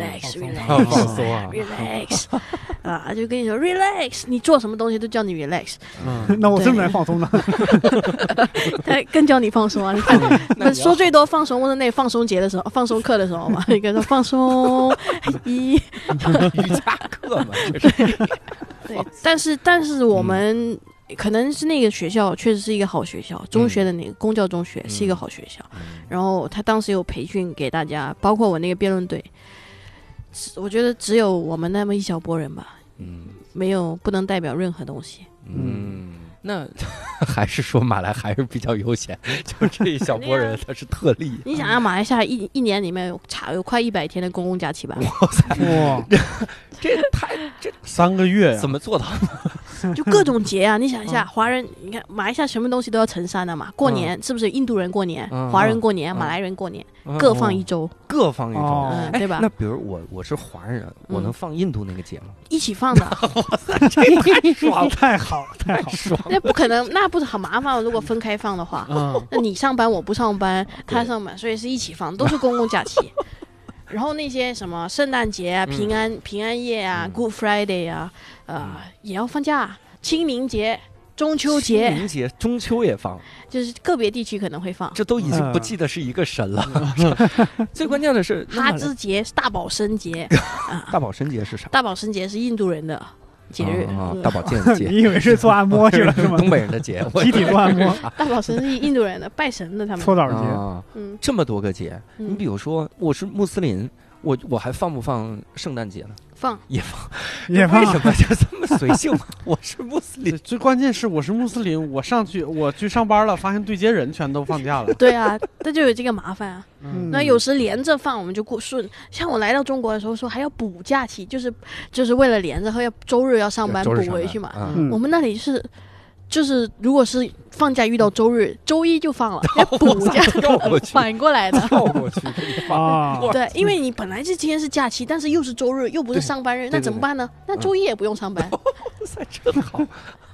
啊，就跟你说 relax， 你做什么东西都叫你 relax。 那我正在放松呢。 他更叫你放松啊！你看，说最多放松，或者那放松节的时候，放松课的时候嘛，一个说放松瑜伽课嘛， 对。但是我们可能是那个学校确实是一个好学校，中学的那个公教中学是一个好学校。然后他当时有培训给大家，包括我那个辩论队。我觉得只有我们那么一小波人吧，没有不能代表任何东西。 那还是说马来还是比较悠闲，就这一小波人他是特例。 你想让马来西亚一年里面有快100天的公共假期吧？ 哇塞，哇，这 3个月怎么做到就各种节啊，你想一下，华人，你看马来西亚什么东西都要乘3的嘛。过年是不是印度人过年，华人过年，马来人过年，各放1周，对吧？ 那比如我是华人，我能放印度那个节吗？ 一起放的。 这太爽，太好，太爽。 那不可能，那不是很麻烦？如果分开放的话，那你上班我不上班，他上班，所以是一起放，都是公共假期。然后那些什么圣诞节啊、平安夜啊、Good Friday 啊，也要放假。清明节、中秋节、 中秋也放， 就是个别地区可能会放。 这都已经不记得是一个神了。最关键的是哈兹节、大保生节。 大保生节是啥？ 大保生节是印度人的节日。 大保健节。 你以为是做按摩去了是吗？ 东北人的节， 集体做按摩。 大保生是印度人的，拜神的他们。 搓澡节。 这么多个节，你比如说我是穆斯林，我还放不放圣诞节呢？放也放。为什么就这么随性？我是穆斯林， 最关键是我是穆斯林，我去上班了，发现对接人全都放假了。 对啊，这就有这个麻烦啊。那有时连着放，我们就过顺。像我来到中国的时候说还要补假期，就是为了连着和要周日要上班补回去嘛。我们那里就是如果是放假遇到周日，周一就放了，要补假，反过来的。 跳过去对，因为你本来这天是假期，但是又是周日，又不是上班日，那怎么办呢？那周一也不用上班。 哇塞，真好。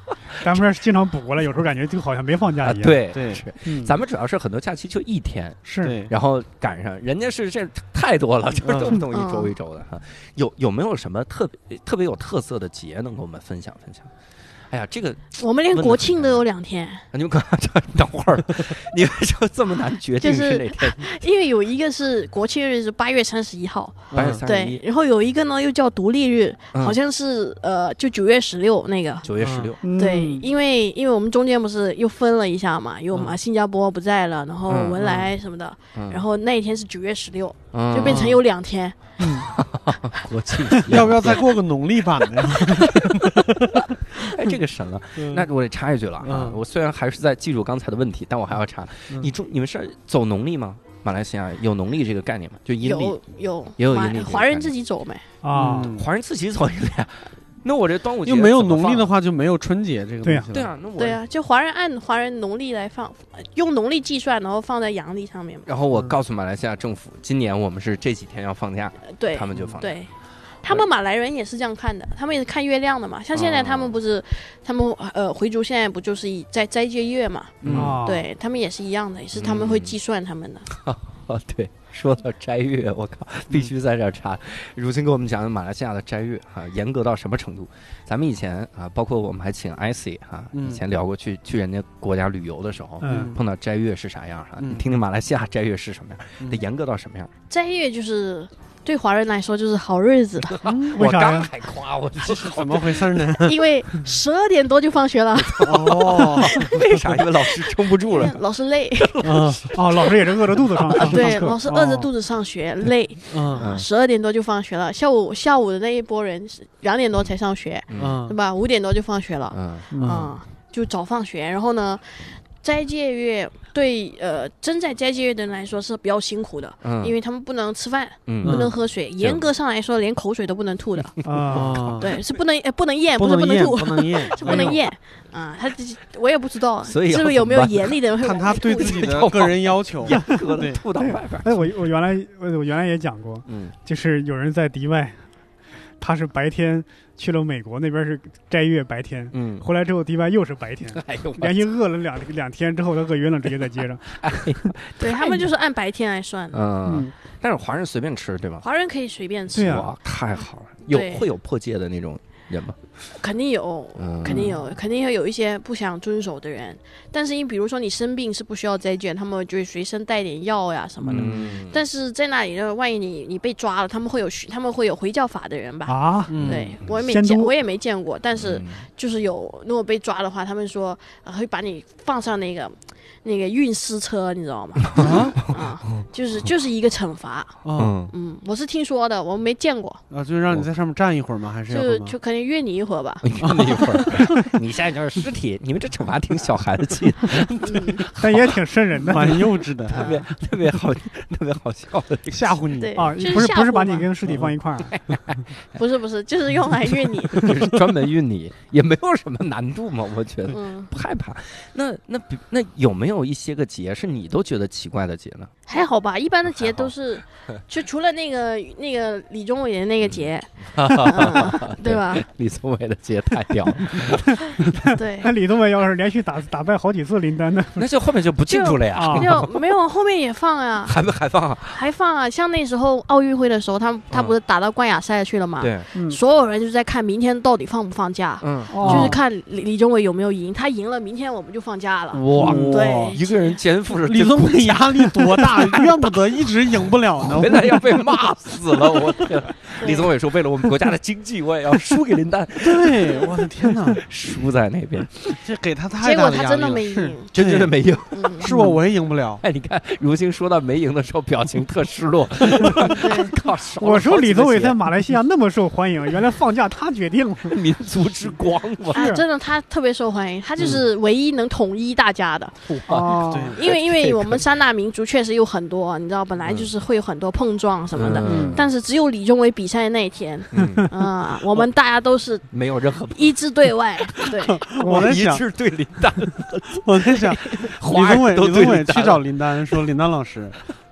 咱们这经常补过来，有时候感觉就好像没放假一样。 对对， 是，咱们主要是很多假期就一天， 是， 然后赶上人家是这太多了，就是动不动一周一周的哈。有没有什么特别有特色的节能给我们分享分享？哎呀，这个我们连国庆都有2天。 你们等会儿，你们说这么难决定是哪天？ 因为有一个是国庆日是8月31号 ，8月31， 对，然后有一个呢又叫独立日，好像是就9月16那个。 9月16， 对，因为我们中间不是又分了一下嘛，有嘛新加坡不在了，然后文莱什么的，然后那一天是9月16，就变成有2天。 国庆要不要再过个农历版的？ 哎，这个神了，那我得插一句了啊！我虽然还是在记住刚才的问题，但我还要插。你们是走农历吗？马来西亚有农历这个概念吗？就阴历也有阴历， 华人自己走没啊？ 华人自己走阴历啊？那我这端午节又没有农历的话，就没有春节这个东西。 对啊，那我对啊，就华人按华人农历来放，用农历计算，然后放在阳历上面嘛。 然后我告诉马来西亚政府，今年我们是这几天要放假， 对， 他们就放假。 对。他们马来人也是这样看的，他们也是看月亮的嘛。像现在他们不是，他们回族现在不就是在斋戒月嘛？对他们也是一样的，也是他们会计算他们的。 对，说到斋月，我靠，必须在这儿查。如今给我们讲马来西亚的斋月啊，严格到什么程度？咱们以前啊，包括我们还请 IC 哈，以前聊过去人家国家旅游的时候，碰到斋月是啥样哈？你听听马来西亚斋月是什么样？得严格到什么样？ 斋月就是对华人来说就是好日子。 我刚还夸我， 这是怎么回事呢？ 因为12点多就放学了。 哦，为啥？因为老师撑不住了， 老师累。 老师也是饿着肚子上学。 对，老师饿着肚子上学累。12点多就放学了，下午的那一波人2点多才上学，对吧？5点多就放学了。就早放学。然后呢，斋戒月对真在斋戒月的人来说是比较辛苦的，因为他们不能吃饭，不能喝水，严格上来说连口水都不能吐的。对，是不能咽，不是不能吐， 不能咽， 是不能咽啊。我也不知道， 所以是不是有没有严厉的人会看他对自己的个人要求， 吐到外边。 哎，我原来也讲过，就是有人在迪拜，他是白天去了美国那边是斋月白天，回来之后迪拜又是白天，连续饿了两天之后他饿晕了，直接在街上。 对他们就是按白天来算的。 但是华人随便吃对吧？ 华人可以随便吃。 哇，太好了！会有破戒的那种人吗？ 肯定有，肯定会有一些不想遵守的人。但是你比如说你生病是不需要斋戒，他们就会随身带点药呀什么的。但是在那里呢，万一你被抓了，他们会有回教法的人吧？啊，对，我也没见过，但是就是有，如果被抓的话，他们说会把你放上那个运尸车，你知道吗？就是一个惩罚。我是听说的，我没见过。 就是让你在上面站一会儿吗？还是就可能约你一会儿吧。 约你一会儿，你现在就是尸体，你们这惩罚挺小孩子气的， 但也挺瘆人的， 蛮幼稚的， 特别好笑的， 吓唬你啊！不是把你跟尸体放一块儿， 不是，就是用来运你， 就是专门运你，也没有什么难度嘛，我觉得不害怕。那有没有一些个节是你都觉得奇怪的节呢？ 还好吧，一般的节都是，就除了那个李宗伟的那个节，对吧？ 李宗伟的节太屌了。 对， 那李宗伟要是连续打败好几次林丹的， 那就后面就不庆祝了呀。 没有，后面也放啊， 还放啊？ 还放啊！像那时候奥运会的时候，他不是打到冠亚赛去了嘛？ 对， 所有人就在看明天到底放不放假，就是看李宗伟有没有赢，他赢了，明天我们就放假了。 哇， 对， 一个人肩负着李宗伟压力多大，怨不得一直赢不了呢， 回来要被骂死了。我天！李宗伟说：“为了我们国家的经济，我也要输给林丹。” 对，我的天哪， 输在那边， 这给他太大的压力了。 结果他真的没赢， 真的没赢， 是我也赢不了。 哎，你看如今说到没赢的时候，表情特失落。 我说李宗伟在马来西亚那么受欢迎，原来放假他决定了， 民族之光嘛。 真的，他特别受欢迎，他就是唯一能统一大家的。因为我们三大民族确实有很多，你知道，本来就是会有很多碰撞什么的，但是只有李宗伟比赛的那一天，我们大家都是没有任何一致对外。对， 我在想一致对林丹， 我在想，李宗伟去找林丹说：“林丹老师，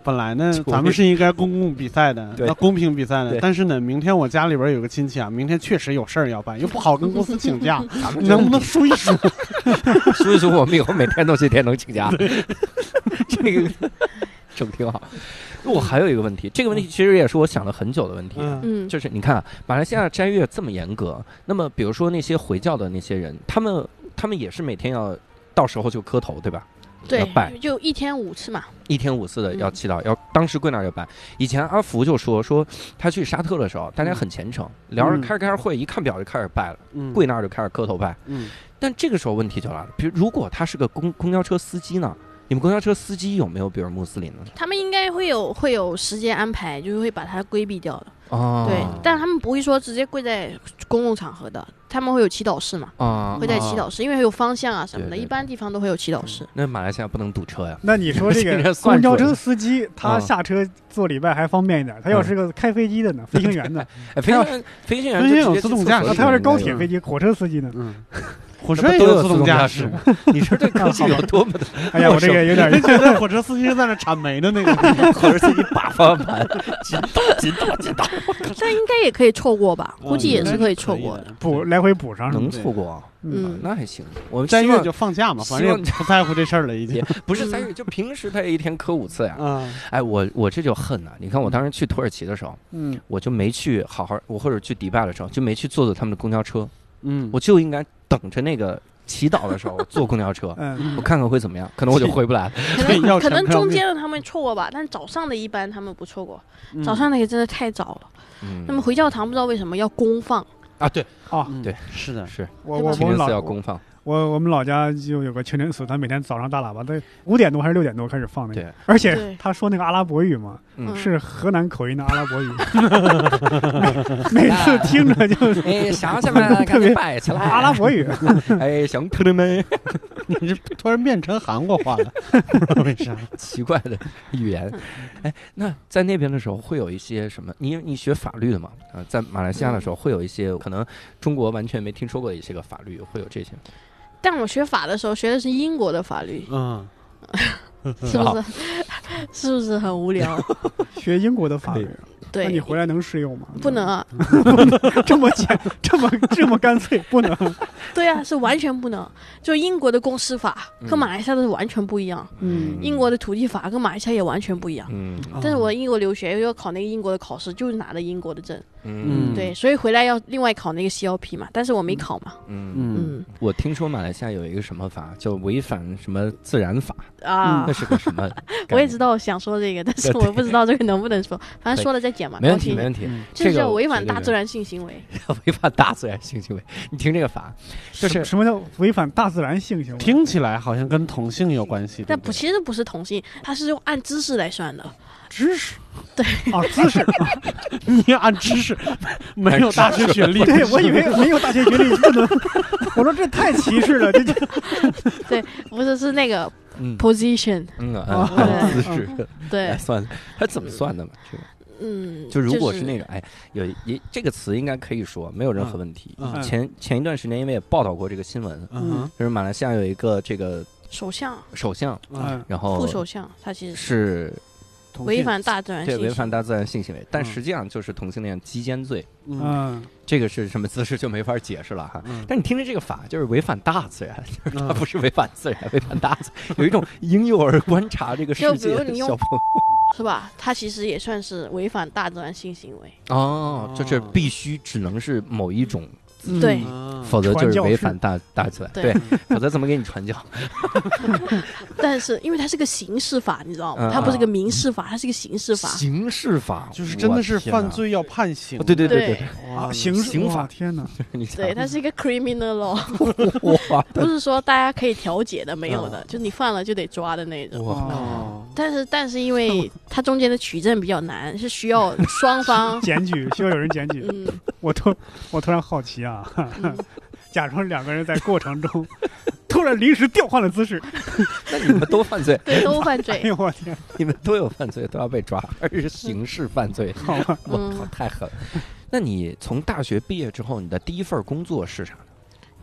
本来呢，咱们是应该公共比赛的，公平比赛的。但是呢，明天我家里边有个亲戚啊，明天确实有事儿要办，又不好跟公司请假，你能不能数一数？ 数一数，我们以后每天都这天能请假。这个整挺好。我还有一个问题，这个问题其实也是我想了很久的问题，就是你看马来西亚斋月这么严格，那么比如说那些回教的那些人，他们也是每天要到时候就磕头，对吧？ 对，就1天5次嘛，1 天5次的要祈祷，要当时跪那儿就拜。以前阿福就说他去沙特的时候，大家很虔诚，聊着开着会，一看表就开始拜了，跪那儿就开始磕头拜。但这个时候问题就来了，比如如果他是个公交车司机呢？你们公交车司机有没有比如穆斯林呢？ 他们应该会有时间安排，就是会把它规避掉的。对，但他们不会说直接跪在公共场合的，他们会有祈祷室嘛？会在祈祷室，因为有方向啊什么的，一般地方都会有祈祷室。 那马来西亚不能堵车呀？ 那你说这个公交车司机他下车做礼拜还方便一点，他要是个开飞机的呢，飞行员呢？ 飞行员有自动驾驶， 他要是高铁飞机、火车司机呢？ 火车也有自动驾驶， 你说这科技有多么的？ 哎呀，我这个有点觉得火车司机是在那铲煤的那个， 火车司机把方向盘紧打。 但应该也可以错过吧？估计也是可以错过的， 来回补上能错过。那还行。我们斋月就放假嘛，反正不在乎这事儿了，已经不是斋月，就平时他一天磕5次呀。哎，我这就恨呐！你看我当时去土耳其的时候，我就没去好好，我或者去迪拜的时候就没去坐他们的公交车。我就应该等着那个祈祷的时候坐公交车，我看看会怎么样，可能我就回不来了。可能中间的他们错过吧，但早上的一般他们不错过，早上那个真的太早了。那么回教堂不知道为什么要公放啊？对对，是的， 是我清真寺要公放。 我们老家就有个清真寺，他每天早上大喇叭，他5点多还是6点多开始放那个，而且他说那个阿拉伯语嘛，是河南口音的阿拉伯语，每次听着就乡亲们特别拜起来阿拉伯语， 乡亲们， 你这突然变成韩国话了，不知道为啥， 奇怪的语言。那在那边的时候会有一些什么？你学法律的嘛？在马来西亚的时候会有一些可能中国完全没听说过的一些个法律，会有这些。 但我学法的时候学的是英国的法律，是不是很无聊？ 学英国的法律， 对， 那你回来能适用吗？ 不能啊， 这么干脆，不能。 对啊，是完全不能。就英国的公司法跟马来西亚的是完全不一样，英国的土地法跟马来西亚也完全不一样。但是我英国留学要考那个英国的考试，就是拿的英国的证。对，所以回来要另外考那个 CLP 嘛，但是我没考嘛。 我听说马来西亚有一个什么法叫违反什么自然法啊， 那是个什么？ 我也知道想说这个，但是我不知道这个能不能说，反正说了再剪嘛。 没问题，没问题。 这叫违反大自然性行为。 违反大自然性行为，你听这个法，就是什么叫违反大自然性行为？ 听起来好像跟同性有关系， 但其实不是同性，它是用按知识来算的。 知识， 对知识， 你要按知识，没有大学学历。 对，我以为没有大学学历不能。我说这太歧视了，这就。 对，不是那个 position， 姿势， 对， 算它怎么算的嘛？这个。就如果是那个，这个词应该可以说没有任何问题。前一段时间因为也报道过这个新闻，就是马来西亚有一个这个首相， 然后副首相，他其实是违反大自然性， 对，违反大自然性行为，但实际上就是同性恋基奸罪。这个是什么姿势就没法解释了哈。但你听着这个法就是违反大自然，就是它不是违反自然，违反大自然，有一种婴幼儿观察这个世界的小朋友。 是吧？它其实也算是违反大自然性行为就是必须只能是某一种， 对， 否则就是违反大自然，对，否则怎么给你传教？ 但是因为它是个刑事法，你知道吗？它不是个民事法，它是个刑事法。 刑事法就是真的是犯罪要判刑， 对， 刑法，天哪！ 对，它是一个 criminal law， 不是说大家可以调解的，没有的，就是你犯了就得抓的那种。但是因为它中间的取证比较难，是需要双方检举，需要有人检举。我突然好奇啊，假装2个人在过程中突然临时调换了姿势， 那你们都犯罪？ 对，都犯罪。 哎呦我天， 你们都有犯罪，都要被抓，而是刑事犯罪。我靠，太狠了！那你从大学毕业之后，你的第一份工作是啥呢？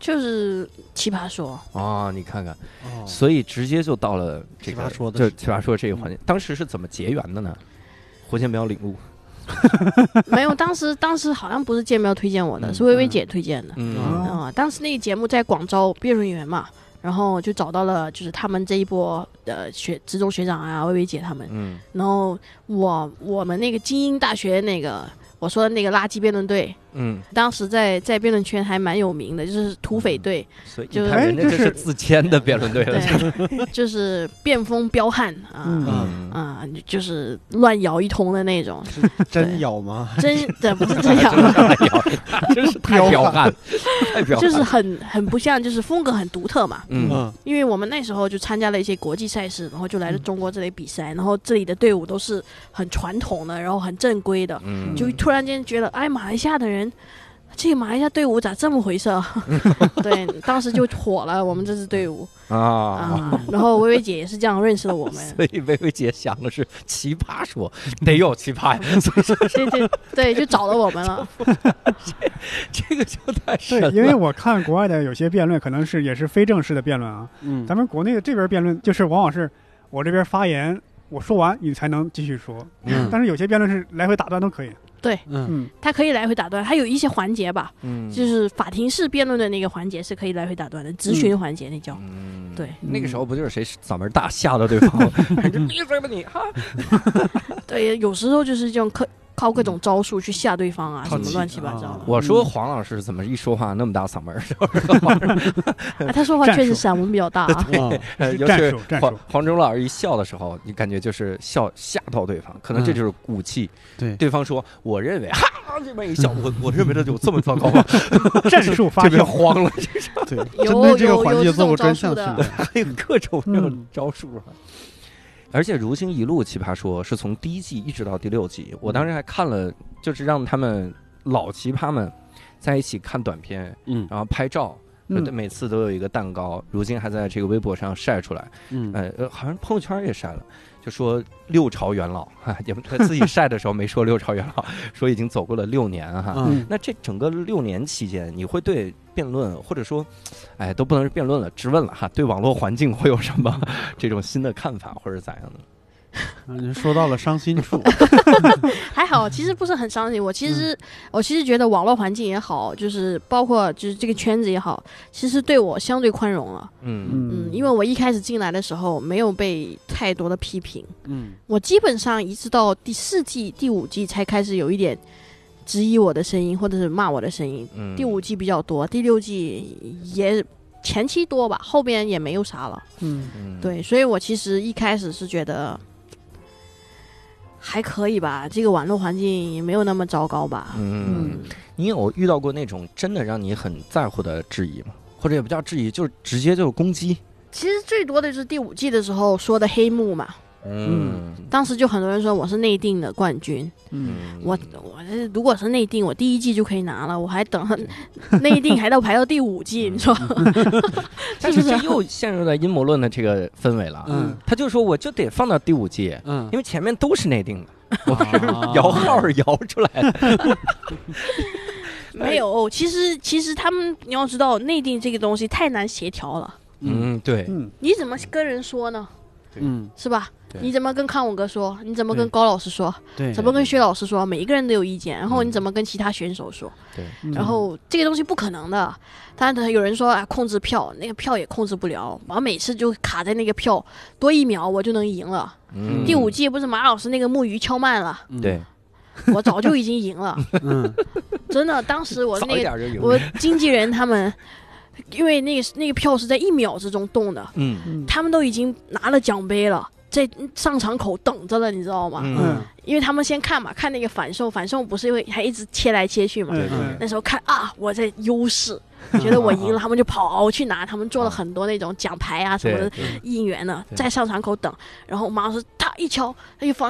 就是奇葩说哦，你看看，所以直接就到了这个奇葩说这个环节。当时是怎么结缘的呢？胡建彪领路。 没有，当时好像不是建彪推荐我的，是薇薇姐推荐的。当时那个节目在广招辩论员嘛，然后就找到了就是他们这一波职中学长啊，薇薇姐他们。然后我们那个精英大学那个我说的那个垃圾辩论队。当时在辩论圈还蛮有名的，就是土匪队， 所以就是人家这是自谦的辩论队了， 对，就是辩风彪悍就是乱咬一通的那种。 真咬吗？ 真的不是真咬， 真是太彪悍，太彪悍， 就是很不像，就是风格很独特嘛。因为我们那时候就参加了一些国际赛事，然后就来了中国这里比赛，然后这里的队伍都是很传统的，然后很正规的，就突然间觉得，哎，马来西亚的人。这个马来西亚队伍咋这么回事啊？对，当时就火了，我们这支队伍然后薇薇姐也是这样认识了我们， 所以薇薇姐想的是奇葩说得有奇葩呀， 对，就找到我们了。 这个就太神了。 对，因为我看国外的有些辩论，可能也是非正式的辩论啊。咱们国内的这边辩论，就是往往是我这边发言，我说完你才能继续说。但是有些辩论是来回打断都可以。 对，他可以来回打断，他有一些环节吧，就是法庭式辩论的那个环节是可以来回打断的，质询环节那叫，对， 那个时候不就是谁嗓门大吓到对方，闭嘴吧你哈， 对，有时候就是这种靠各种招数去吓对方啊，什么乱七八糟的。 我说黄老师怎么一说话那么大嗓门？ 他说话确实嗓门比较大啊。 尤其是黄忠老师一笑的时候，你感觉就是笑吓到对方，可能这就是武器。对方说，我认为哈，这边一笑，我认为的有这么糟糕吗？ 战术发这边慌了， 对，针对这个环节做过专项的， 还有各种这种招数啊。而且《如今一路奇葩说》是从第1季一直到第6季，我当时还看了，就是让他们老奇葩们在一起看短片，然后拍照，每次都有一个蛋糕。如今还在这个微博上晒出来，好像朋友圈也晒了，就说6朝元老哈，也他自己晒的时候没说6朝元老，说已经走过了6年哈。那这整个6年期间，你会对辩论或者说，哎，都不能是辩论了，质问了哈，对网络环境会有什么这种新的看法或者咋样的？ 你说到了伤心处， 还好，其实不是很伤心。我其实觉得网络环境也好，就是包括就是这个圈子也好，其实对我相对宽容了。因为我一开始进来的时候没有被太多的批评。我基本上一直到第4季、第5季才开始有一点质疑我的声音，或者是骂我的声音。第5季比较多，第6季也前期多吧，后边也没有啥了。对，所以我其实一开始是觉得。还可以吧，这个网络环境也没有那么糟糕吧。你有遇到过那种真的让你很在乎的质疑吗？或者也不叫质疑，就是直接就是攻击？ 其实最多的就是第5季的时候说的黑幕嘛。当时就很多人说我是内定的冠军。我如果是内定，我第1季就可以拿了，我还等内定还排到第5季，你说？ 但是这又陷入了阴谋论的这个氛围了。他就说我就得放到第5季，因为前面都是内定的，我是摇号摇出来的。 没有，其实他们你要知道，内定这个东西太难协调了。 对。 你怎么跟人说呢？是吧？你怎么跟康永哥说？你怎么跟高老师说？怎么跟薛老师说？每一个人都有意见，然后你怎么跟其他选手说？然后这个东西不可能的。当然有人说啊，控制票，那个票也控制不了，然后每次就卡在那个票多1秒我就能赢了。第5季不是马老师那个木鱼敲慢了？ 对， 我早就已经赢了。真的，当时我那个我经纪人他们。因为那个票是在1秒之中动的，他们都已经拿了奖杯了，在上场口等着了，你知道吗？因为他们先看嘛，看那个反送不是还一直切来切去嘛？那时候看啊，我在优势，觉得我赢了，他们就跑去拿，他们做了很多那种奖牌啊什么的应援的，在上场口等，然后马老师他一敲，他就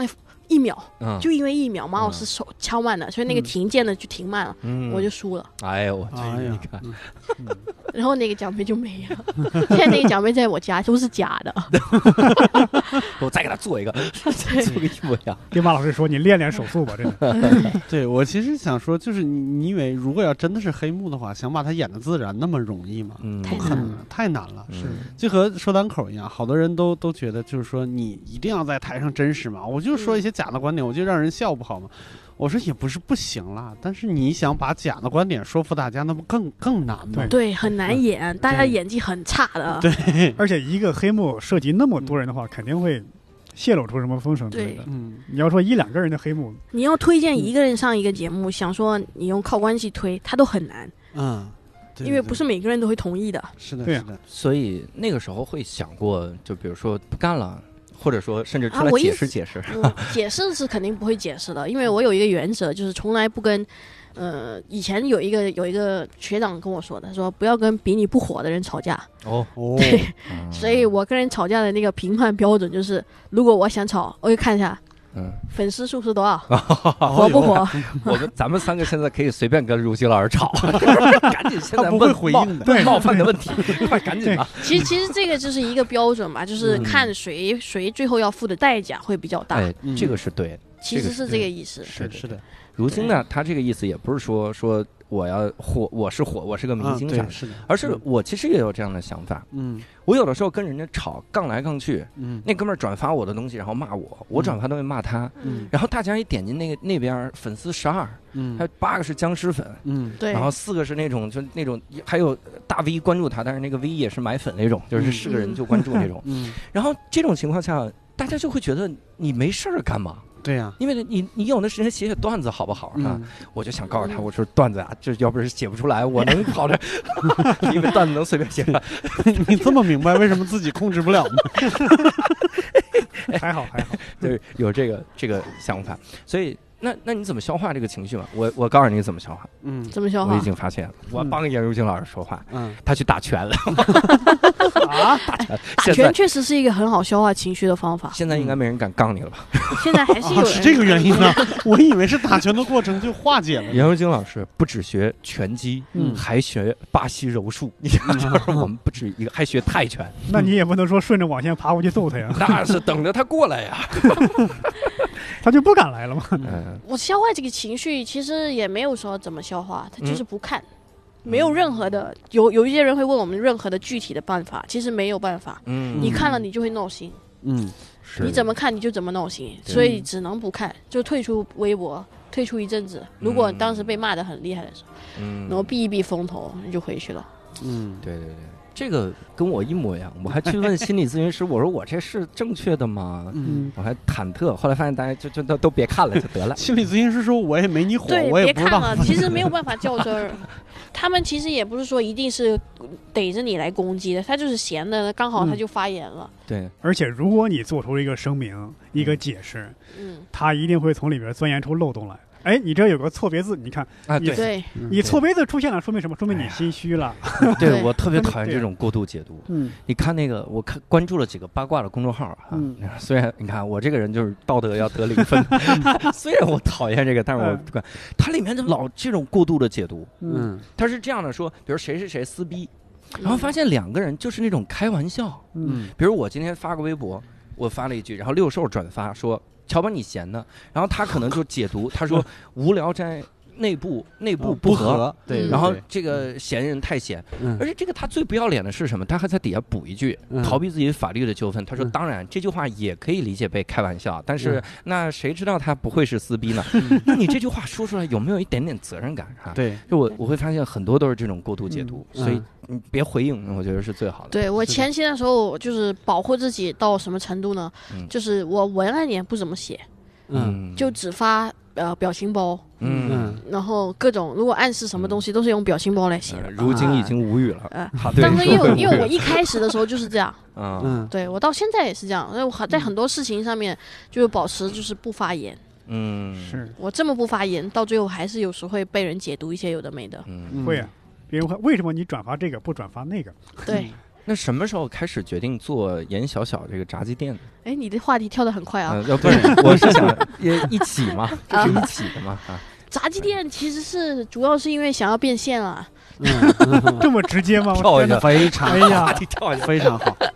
1秒，就因为1秒，马老师手敲慢了，所以那个停键的就停慢了，我就输了。 哎呦我去，你看， 然后那个奖杯就没了。现在那个奖杯在我家都是假的。 我再给他做一个，做个一模一样。 跟马老师说，你练练手速吧，真的。 对，我其实想说，就是你以为如果要真的是黑幕的话，想把它演得自然那么容易吗？不可能，太难了。 是， 就和说单口一样，好多人都觉得就是说你一定要在台上真实嘛，我就说一些假的观点，我就让人笑不好吗？我说也不是不行啦，但是你想把假的观点说服大家，那不更难吗？ 对，很难演，大家演技很差的。 对， 而且一个黑幕涉及那么多人的话，肯定会泄露出什么风声之类的。你要说1-2个人的黑幕， 你要推荐一个人上一个节目，想说你用靠关系推，他都很难。因为不是每个人都会同意的。 是的， 对是的。 所以那个时候会想过，就比如说不干了。或者说，甚至出来解释解释。 解释是肯定不会解释的，因为我有一个原则，就是从来不跟，以前有一个学长跟我说的，说不要跟比你不火的人吵架。对，所以我跟人吵架的那个评判标准就是，如果我想吵，我就看一下。粉丝数是多少？火不火？ 咱们3个现在可以随便跟如新老师吵，赶紧现在不会回应的， 冒犯的问题，快赶紧吧。 其实这个就是一个标准吧，就是看谁最后要付的代价会比较大。 这个是对， 其实是这个意思。 是的。 如今呢，他这个意思也不是说我要火，我是个明星啥， 是的， 而是我其实也有这样的想法。我有的时候跟人家吵，杠来杠去，那哥们儿转发我的东西，然后骂我转发东西骂他，然后大家一点进那边粉丝12，还有8个是僵尸粉， 对， 然后4个是那种还有大 V 关注他，但是那个 V 也是买粉那种，就是是个人就关注那种，然后这种情况下，大家就会觉得你没事儿干嘛？ 对呀， 因为你有的时间写段子好不好啊？我就想告诉他，我说段子啊，这要不是写不出来，我能跑着，因为段子能随便写出来。 你这么明白为什么自己控制不了呢？ 还好， 就是有这个想法，所以。那你怎么消化这个情绪嘛？我告诉你怎么消化。 怎么消化？ 我已经发现了，我帮颜如晶老师说话。他去打拳了。 打拳确实是一个很好消化情绪的方法。 现在应该没人敢杠你了吧？ 现在还是有人。 是这个原因啊？我以为是打拳的过程就化解了。 颜如晶老师不只学拳击，还学巴西柔术。你想，我们不止一个，还学泰拳。 那你也不能说顺着网线爬过去揍他呀？ 那是等着他过来呀。 他就不敢来了吗？ 我消化这个情绪其实也没有说怎么消化，他就是不看，没有任何的有一些人会问我们任何的具体的办法，其实没有办法。你看了你就会闹心，你怎么看你就怎么闹心，所以只能不看，就退出微博，退出一阵子。如果当时被骂得很厉害的时候，然后避一避风头，你就回去了。 对。这个跟我一模一样，我还去问心理咨询师，我说我这是正确的吗？我还忐忑，后来发现大家就都别看了就得了。 心理咨询师说我也没你火， 对， 我也不知道。 别看了，其实没有办法较真儿。他们其实也不是说一定是逮着你来攻击的，他就是闲的，刚好他就发言了。 对， 而且如果你做出一个声明、一个解释，他一定会从里边钻研出漏洞来。哎，你这有个错别字，你看啊， 对， 你错别字出现了，说明什么？说明你心虚了。 对，我特别讨厌这种过度解读。你看那个，我关注了几个八卦的公众号啊。虽然你看我这个人就是道德要得0分，虽然我讨厌这个，但是我不管。它里面就老这种过度的解读。它是这样的说，比如谁是谁撕逼，然后发现2个人就是那种开玩笑。比如我今天发个微博，我发了一句，然后六兽转发说。瞧把你闲的，然后他可能就解读，他说无聊斋内部不和，对，然后这个闲人太闲，而且这个他最不要脸的是什么？他还在底下补一句，逃避自己法律的纠纷。他说，当然这句话也可以理解被开玩笑，但是那谁知道他不会是撕逼呢？那你这句话说出来有没有一点点责任感？哈， 对， 就我会发现很多都是这种过度解读，所以你别回应，我觉得是最好的。 对，我前期的时候就是保护自己到什么程度呢？就是我文案也不怎么写，就只发表情包，然后各种如果暗示什么东西都是用表情包来写的。 如今已经无语了。 但是因为我一开始的时候就是这样，对我到现在也是这样，所以我在很多事情上面就保持就是不发言。 是我这么不发言，到最后还是有时会被人解读一些有的没的。 会啊，别人会为什么你转发这个不转发那个？ 对， 那什么时候开始决定做严小小这个炸鸡店的？ 哎，你的话题跳得很快啊！ 要不然我是想一起嘛，这是一起的嘛啊。 炸鸡店其实是主要是因为想要变现啊。 这么直接吗？ 跳一下， 非常哎呀， 跳一下非常好，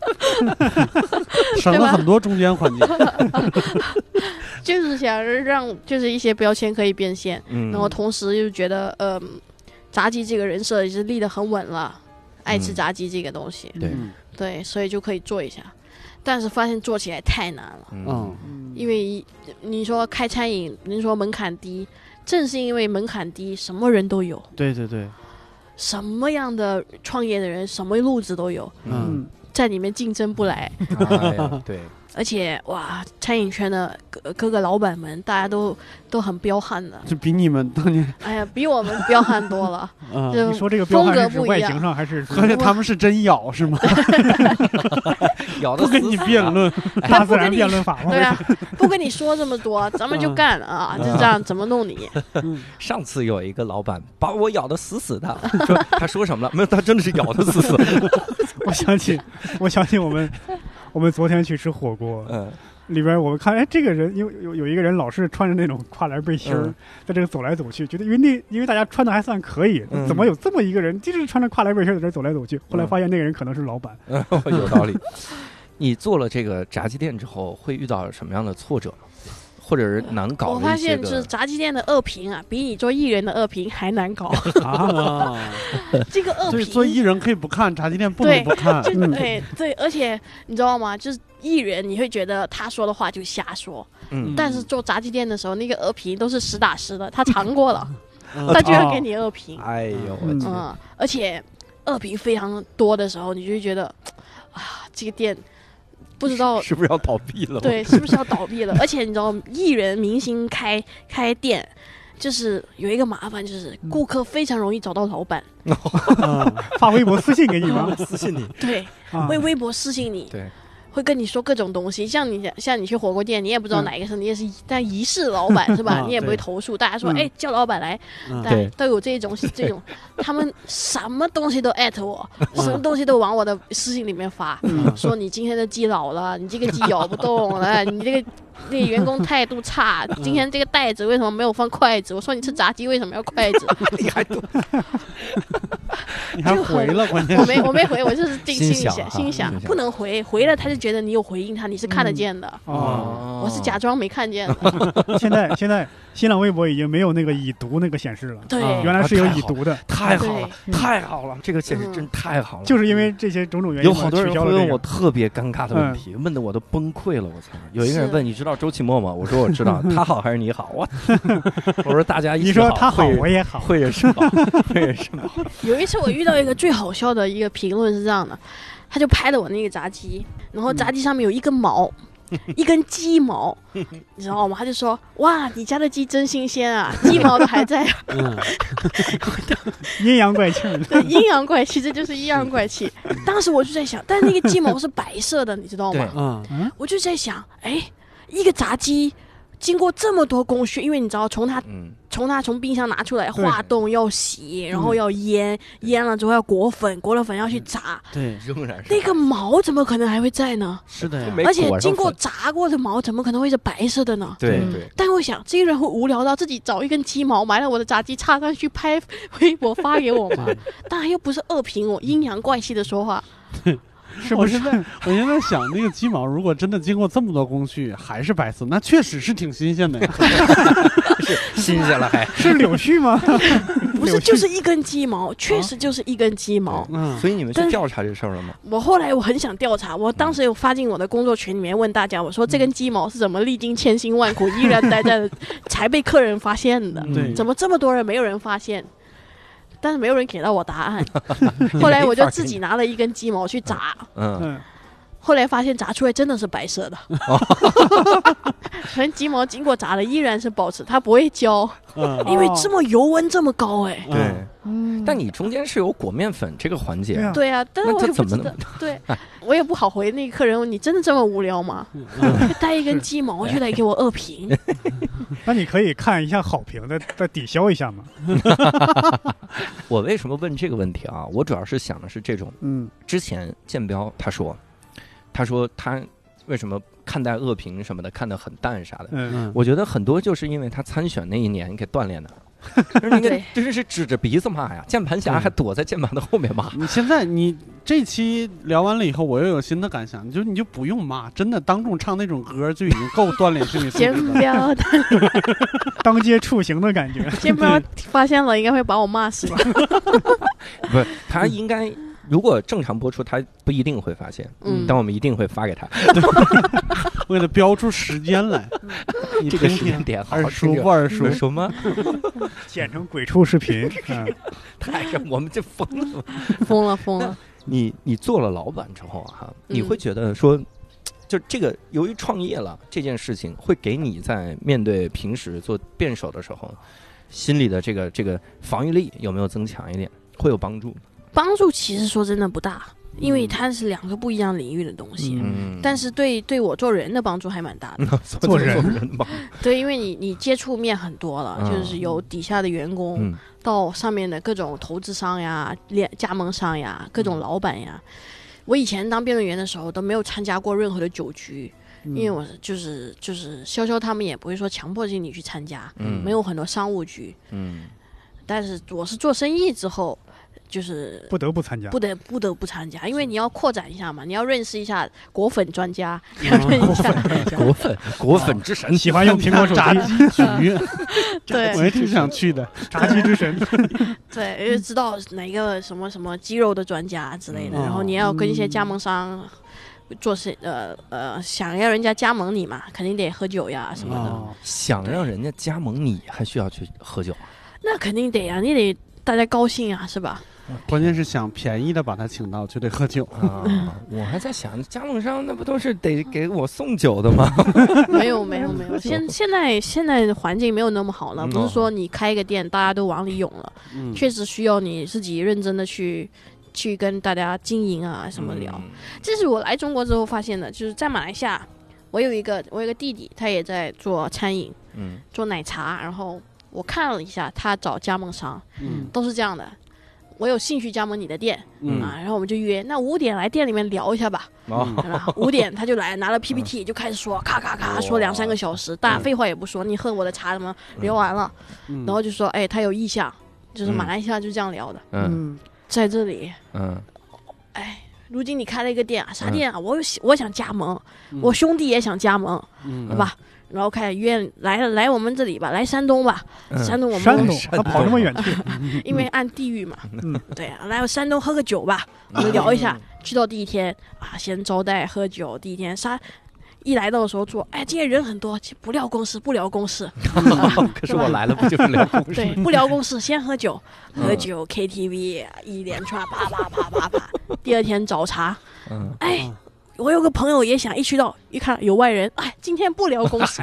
省了很多中间环节。 就是想让就是一些标签可以变现，然后同时又觉得炸鸡这个人设也是立得很稳了，爱吃炸鸡这个东西，对，所以就可以做一下。但是发现做起来太难了，因为你说开餐饮，你说门槛低，正是因为门槛低，什么人都有。 对对对， 什么样的创业的人，什么路子都有，在里面竞争不来。 对。 而且哇，餐饮圈的各个老板们，大家都很彪悍的， 就比你们当年， 哎呀，比我们彪悍多了。 你说这个彪悍是指外形上还是？ 而且他们是真咬是吗？ 咬的不跟你辩论， 大自然辩论法吗？ 对啊，不跟你说这么多，咱们就干啊，就这样，怎么弄你？ 上次有一个老板把我咬得死死的，说他说什么了？没有，他真的是咬得死死的。 我想起我们昨天去吃火锅，里边我们看，哎，这个人有一个人老是穿着那种跨栏背心在这个走来走去，觉得因为大家穿的还算可以，怎么有这么一个人，就是穿着跨栏背心在这走来走去？后来发现那个人可能是老板。 有道理。你做了这个炸鸡店之后，会遇到什么样的挫折吗？或者是难搞的一些？ 我发现就是炸鸡店的恶评啊，比你做艺人的恶评还难搞啊！这个恶评， 做艺人可以不看，炸鸡店不能不看。 对，而且你知道吗？就是艺人，你会觉得他说的话就瞎说，但是做炸鸡店的时候，那个恶评都是实打实的，他尝过了，他就要给你恶评。 哎呦，我去！ 而且恶评非常多的时候，你就会觉得啊，这个店。不知道是不是要倒闭了？ 对，是不是要倒闭了？而且你知道，艺人明星开店，就是有一个麻烦，就是顾客非常容易找到老板， 发微博私信给你吗？ 私信你？ 对，会微博私信你。 对。 会跟你说各种东西，像你去火锅店，你也不知道哪一个是，你也是但疑似老板是吧？你也不会投诉，大家说哎叫老板来，大家都有这种，他们什么东西都艾特我，什么东西都往我的私信里面发，说你今天的鸡老了，你这个鸡咬不动了，你这个员工态度差，今天这个袋子为什么没有放筷子？我说你吃炸鸡为什么要筷子？ 你还回了？关键我没回，我就是心想不能回了他就觉得你有回应他，你是看得见的。我是假装没看见的。 现在新浪微博已经没有那个已读那个显示了。 对， 原来是有已读的。 太好了，太好了，这个显示真太好了。 就是因为这些种种原因， 有好多人会问我特别尴尬的问题，问的我都崩溃了。我操！有一个人问你知道周奇墨吗？我说我知道，他好还是你好？我说大家一起好。 你说他好我也好， 会人是宝，会人是宝。 有一次我遇到一个最好笑的一个评论是这样的，他就拍了我那个炸鸡，然后炸鸡上面有一根毛。一根鸡毛，你知道吗？他就说：“哇，你家的鸡真新鲜啊，鸡毛都还在。” 阴阳怪气。 对，阴阳怪气，这就是阴阳怪气。当时我就在想，但是那个鸡毛是白色的，你知道吗？我就在想，哎，一个炸鸡经过这么多工序，因为你知道，从冰箱拿出来化冻要洗，然后要腌了之后要裹粉，裹了粉要去炸。 对， 仍然是那个毛怎么可能还会在呢？ 是的呀， 而且经过炸过的毛怎么可能会是白色的呢？ 对。 但我想，这个人会无聊到自己找一根鸡毛买了我的炸鸡插上去拍微博发给我吗？当然又不是恶评我阴阳怪气的说话。 是不是？ 我现在想，那个鸡毛如果真的经过这么多工序还是白色，那确实是挺新鲜的呀。 是新鲜了还？ 是柳絮吗？ 不是，就是一根鸡毛，确实就是一根鸡毛。 所以你们去调查这事儿了吗？ 后来我很想调查，我当时有发进我的工作群里面问大家，我说这根鸡毛是怎么历经千辛万苦依然待在才被客人发现的？怎么这么多人没有人发现？但是没有人给到我答案。后来我就自己拿了一根鸡毛去炸。 后来发现炸出来真的是白色的，可能鸡毛经过炸的依然是保持，它不会焦，因为这么油温这么高哎。 对，但你中间是有裹面粉这个环节。 对啊，但是我也不知道，对，我也不好回那个客人，你真的这么无聊吗？带一根鸡毛就来给我2评。 那你可以看一下好评的，再抵消一下嘛。 我为什么问这个问题啊？我主要是想的是这种，之前建彪他说他为什么看待恶评什么的看得很淡啥的，我觉得很多就是因为他参选那一年给锻炼的。真是指着鼻子骂呀！键盘侠还躲在键盘的后面骂。 你现在你这期聊完了以后，我又有新的感想，你就不用骂，真的当众唱那种歌就已经够锻炼心理素质了。 当街处刑的感觉。 键盘发现了应该会把我骂死吧？ 不是，他应该。如果正常播出，他不一定会发现，但我们一定会发给他， 为了标出时间来。你这个时间点好好听着，二叔什么剪成鬼畜视频， 太让我们这疯了， 疯了。 你做了老板之后哈，你会觉得说，就这个由于创业了这件事情，会给你在面对平时做辩手的时候，心里的这个防御力有没有增强一点？会有帮助？ 帮助其实说真的不大，因为它是2个不一样领域的东西。但是对我做人的帮助还蛮大的。 做人吧。 对，因为你接触面很多了，就是由底下的员工到上面的各种投资商呀、加盟商呀、各种老板呀。我以前当辩论员的时候都没有参加过任何的酒局。因为我就是潇潇他们也不会说强迫性你去参加，没有很多商务局。但是我是做生意之后。就是不得不参加， 不得不参加，因为你要扩展一下嘛，你要认识一下果粉专家，你要认识一下果粉之神， 喜欢用苹果手炸鸡局， 对， 我也挺想去的， 炸鸡之神， 对，知道哪个什么鸡肉的专家之类的，然后你要跟一些加盟商做想要人家加盟你嘛，肯定得喝酒呀什么的。 想让人家加盟你，还需要去喝酒啊？ 那肯定得啊，你得大家高兴啊，是吧？ 关键是想便宜的把他请到，就得喝酒啊！我还在想，加盟商那不都是得给我送酒的吗？ 没有，现在环境没有那么好了，不是说你开一个店大家都往里涌了，确实需要你自己认真的去跟大家经营啊什么聊。这是我来中国之后发现的，就是在马来西亚，我有一个弟弟，他也在做餐饮，做奶茶，然后我看了一下他找加盟商，都是这样的。我有兴趣加盟你的店，然后我们就约，那5点来店里面聊一下吧。5点他就来，拿了 PPT 就开始说，咔咔咔说2-3个小时，大家废话也不说，你喝我的茶什么聊完了，然后就说，哎，他有意向，就是马来西亚就这样聊的。在这里，哎，如今你开了一个店啊，啥店啊？我想加盟，我兄弟也想加盟，对吧？然后开始约来我们这里吧，来山东吧，山东他跑那么远去， 因为按地域嘛，对啊，来山东喝个酒吧，我们聊一下。去到第一天啊，先招待喝酒，第一天一来到的时候说，哎，今天人很多，不聊公事。 可是我来了，不就是聊公事？ 对，不聊公事，先喝酒，KTV 一连串，啪啪啪啪啪。第二天早茶，哎。我有个朋友也想一去到一看有外人，哎，今天不聊公事，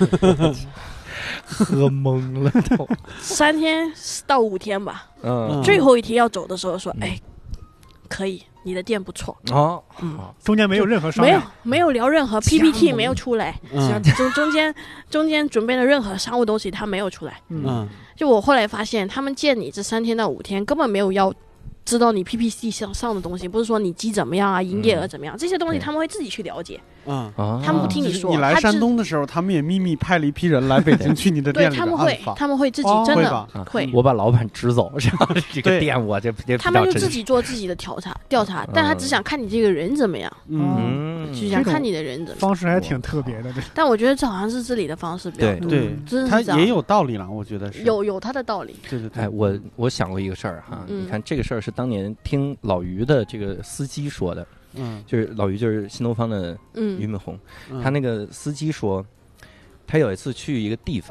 喝懵了都。 3天到5天吧，最后一天要走的时候说，哎，可以，你的店不错哦， 中间没有任何商量， 没有聊任何 PPT 没有出来，中间准备的任何商务东西他没有出来，就我后来发现他们见你这3天到5天根本没有要知道你 PPT 上的东西，不是说你鸡怎么样啊，营业额怎么样，这些东西他们会自己去了解。他们不听你说。 你来山东的时候，他们也秘密派了一批人来北京去你的店里。 对，他们会自己真的会。 我把老板支走，然后这个店我这他们就自己做自己的调查，但他只想看你这个人怎么样。就想看你的人怎么样。 方式还挺特别的。 但我觉得这好像是这里的方式比较多。 对，他也有道理了，我觉得是。 有他的道理。 对。 哎，我想过一个事儿哈，你看这个事儿是当年听老于的这个司机说的。就是老于，就是新东方的俞敏洪，他那个司机说，他有一次去一个地方，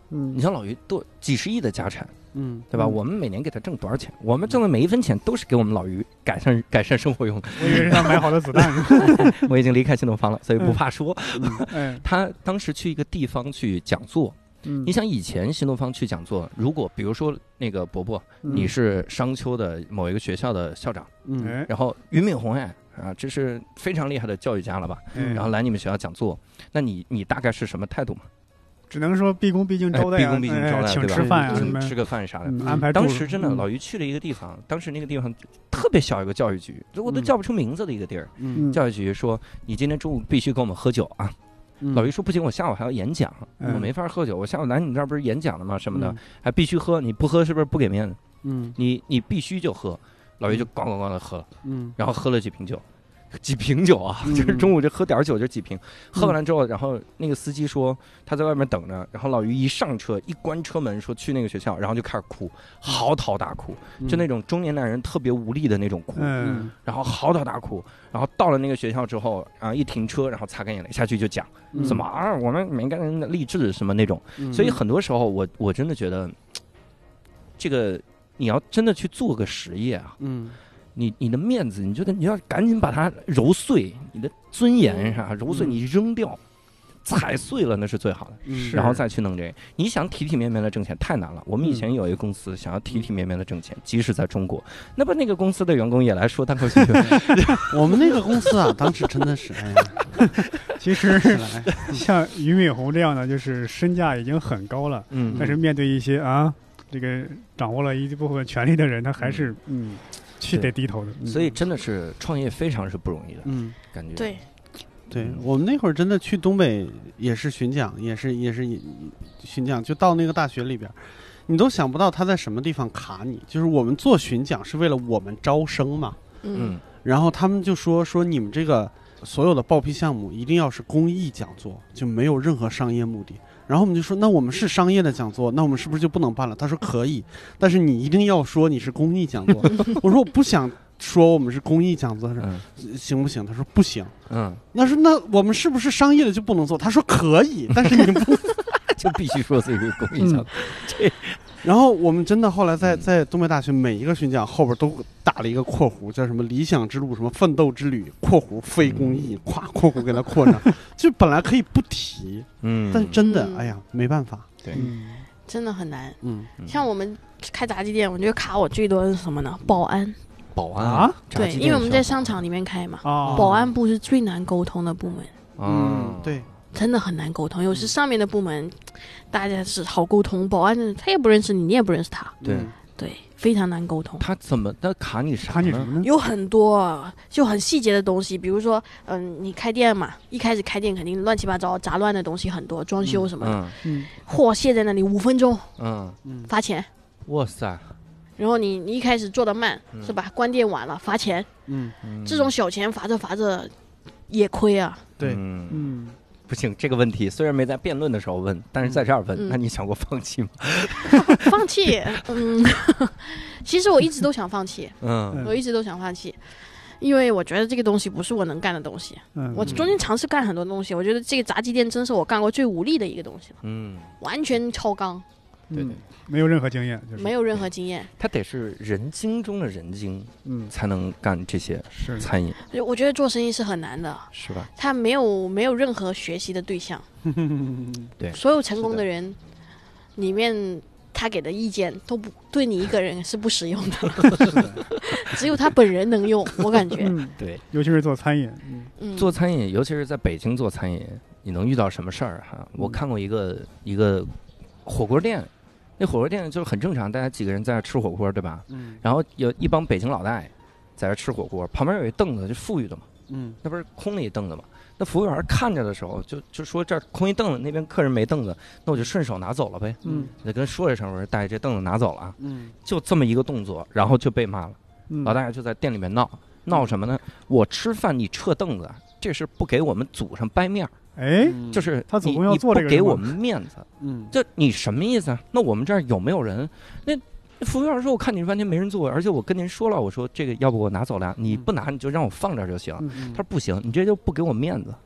你像老于都几十亿的家产，对吧？我们每年给他挣多少钱？我们挣的每一分钱都是给我们老于改善生活用。 我以为是他买好的子弹。 我已经离开新东方了，所以不怕说。他当时去一个地方去讲座。你想以前新东方去讲座，如果比如说那个伯伯，你是商丘的某一个学校的校长，然后俞敏洪这是非常厉害的教育家了吧？然后来你们学校讲座，那你大概是什么态度嘛？ 只能说毕恭毕敬招待， 毕恭毕敬招待， 请吃饭吃个饭啥的。 安排。 当时真的老于去了一个地方，当时那个地方特别小一个教育局，我都叫不出名字的一个地儿。教育局说你今天中午必须跟我们喝酒啊。老于说不行，我下午还要演讲，我没法喝酒。我下午来你这儿不是演讲的吗？什么的，还必须喝，你不喝是不是不给面子？你必须就喝。老于就咣咣咣的喝了，然后喝了几瓶酒啊，就是中午就喝点酒就几瓶，喝完了之后，然后那个司机说他在外面等着，然后老于一上车一关车门说去那个学校，然后就开始哭，嚎啕大哭，就那种中年男人特别无力的那种哭，然后嚎啕大哭，然后到了那个学校之后一停车，然后擦干眼泪下去就讲什么我们每个人的励志什么那种，所以很多时候我真的觉得这个你要真的去做个实业啊，你的面子，你要赶紧把它揉碎，你的尊严揉碎，你扔掉，踩碎了那是最好的，然后再去弄这个。你想体体面面的挣钱太难了。我们以前有一个公司想要体体面面的挣钱，即使在中国，那不那个公司的员工也来说单口喜剧。 我们那个公司当时真的是， 其实像俞敏洪这样的，就是身价已经很高了，但是面对一些这个掌握了一部分权力的人，他还是去得低头的， 所以真的是创业非常是不容易的，感觉对，我们那会儿真的去东北也是巡讲，也是巡讲，就到那个大学里边，你都想不到他在什么地方卡你。就是我们做巡讲是为了我们招生嘛，然后他们就说你们这个所有的报批项目一定要是公益讲座，就没有任何商业目的。然后我们就说，那我们是商业的讲座，那我们是不是就不能办了？他说可以，但是你一定要说你是公益讲座。我说我不想说我们是公益讲座，行不行？他说不行。那我们是不是商业的就不能做？他说可以，但是你不就必须说自己是公益讲座。 然后我们真的后来在东北大学每一个巡讲后边都打了一个括弧，叫什么理想之路，什么奋斗之旅，括弧非公益，括弧给它括上。就本来可以不提，但真的，哎呀，没办法， 对， 真的很难。像我们开炸鸡店，我觉得卡我最多的是什么呢？保安啊， 对，因为我们在商场里面开嘛，保安部是最难沟通的部门。 对。 真的很难沟通，有时上面的部门大家是好沟通，保安他也不认识你，你也不认识他，对，非常难沟通。 他怎么的卡你啥呢？ 有很多就很细节的东西，比如说你开店嘛，一开始开店肯定乱七八糟杂乱的东西很多，装修什么的，货卸在那里5分钟，罚钱。 哇塞！ 然后你一开始做的慢，是吧？关店晚了罚钱，这种小钱罚着也亏啊。 对， 不行，这个问题虽然没在辩论的时候问，但是在这儿问，那你想过放弃吗？ 放弃，其实我一直都想放弃，我一直都想放弃，因为我觉得这个东西不是我能干的东西。我中间尝试干很多东西，我觉得这个炸鸡店真是我干过最无力的一个东西了，完全超纲。 对， 没有任何经验， 没有任何经验。 他得是人精中的人精，才能干这些餐饮。 我觉得做生意是很难的， 是吧？ 他没有任何学习的对象。 对， 所有成功的人里面，他给的意见都不对你一个人是不实用的，只有他本人能用。我感觉， 对， 尤其是做餐饮， 做餐饮，尤其是在北京做餐饮，你能遇到什么事儿哈？我看过一个火锅店。那火锅店就是很正常，大家几个人在那吃火锅，对吧？然后有一帮北京老大爷在那吃火锅，旁边有一凳子，就富裕的嘛，那不是空了一凳子嘛？那服务员看着的时候，就说这儿空一凳子，那边客人没凳子，那我就顺手拿走了呗。就跟说一声，我说大爷这凳子拿走了啊。就这么一个动作，然后就被骂了。老大爷就在店里面闹什么呢？我吃饭你撤凳子，这是不给我们祖上掰面。就是他总共要做这个， 你不给我们面子，这你什么意思啊？那我们这儿有没有人？那服务员说：“我看你半天没人做，而且我跟您说了，我说这个要不我拿走了，你不拿你就让我放这儿就行。”他说：“不行，你这就不给我面子。”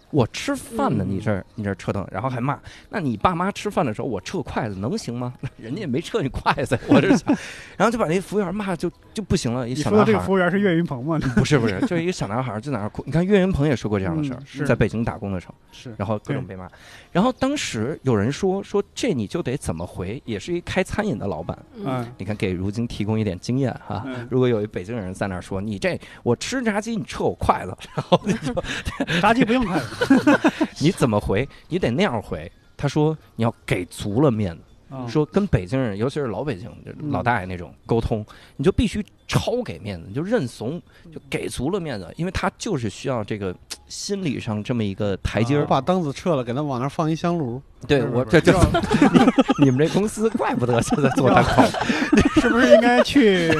我吃饭呢，你这撤凳，然后还骂，那你爸妈吃饭的时候我撤筷子能行吗？人家也没撤你筷子，我这想，然后就把那服务员骂就不行了。 你说的这个服务员是岳云鹏吗？ 不是，就是一个小男孩就在那哭。你看岳云鹏也说过这样的事儿，在北京打工的时候， 是， 然后各种被骂。然后当时有人说这你就得怎么回，也是一开餐饮的老板，你看给如今提供一点经验哈。如果有一北京人在那说你这我吃炸鸡你撤我筷子，然后你说炸鸡不用筷子。 你怎么回？你得那样回。他说你要给足了面子，说跟北京人，尤其是老北京老大爷那种沟通，你就必须超给面子，你就认怂，就给足了面子，因为他就是需要这个心理上这么一个台阶。 我把凳子撤了，给他往那放一香炉。 对，我这就你们这公司怪不得现在做蛋糕， 是不是应该去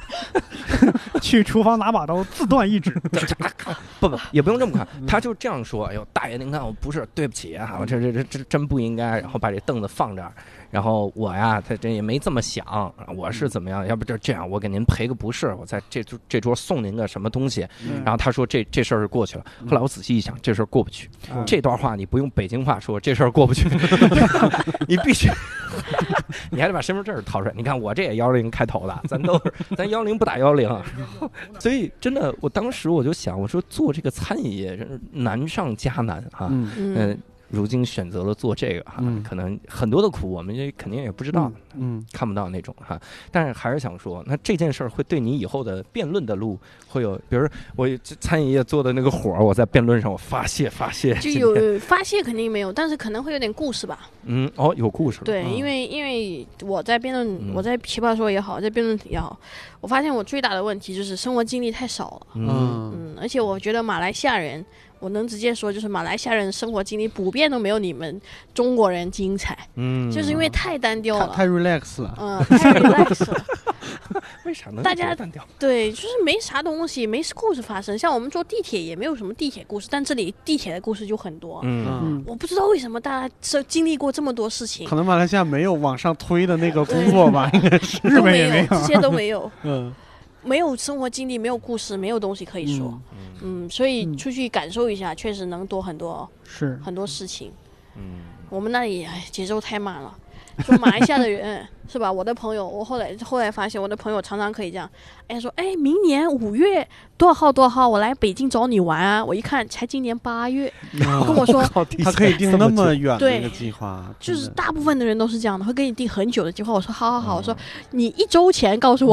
厨房拿把刀自断一指？ 不，也不用这么看，他就这样说：“哎呦，大爷，您看我不是对不起啊，我这真不应该。”然后把这凳子放这儿，然后我呀，他这也没这么想，我是怎么样？要不就这样，我给您赔个不是，我在这桌送您个什么东西。然后他说这事儿过去了。后来我仔细一想，这事儿过不去。这段话你不用北京话说，这事儿过不去，你必须。你还得把身份证掏出来。你看我这也10开头的，咱10不打10。所以真的，我当时我就想，我说做这个餐饮业真是难上加难哈。如今选择了做这个哈，可能很多的苦我们这肯定也不知道，看不到那种哈。但是还是想说，那这件事儿会对你以后的辩论的路会有，比如我餐饮业做的那个火，我在辩论上我发泄， 就有发泄肯定没有，但是可能会有点故事吧。 有故事。 对，因为我在辩论，我在奇葩说也好，在辩论也好，我发现我最大的问题就是生活经历太少了。而且我觉得马来西亚人。我能直接说，就是马来西亚人生活经历普遍都没有你们中国人精彩，就是因为太单调了， 太 relax 了， 太 relax 了。 为啥呢？ 大家对，就是没啥东西，没故事发生。像我们坐地铁也没有什么地铁故事，但这里地铁的故事就很多。我不知道为什么大家经历过这么多事情。 可能马来西亚没有往上推的那个工作吧，应该是日本也没有， 这些都没有。没有生活经历，没有故事，没有东西可以说。所以出去感受一下，确实能多很多，很多事情。我们那里节奏太慢了。说马来西亚的人是吧？我的朋友，我后来发现，我的朋友常常可以这样，说明年5月多少号，我来北京找你玩啊！我一看才今年8月，跟我说他可以定那么远的一个计划， 就是大部分的人都是这样的，会给你定很久的计划。我说好，我说你1周前告诉我。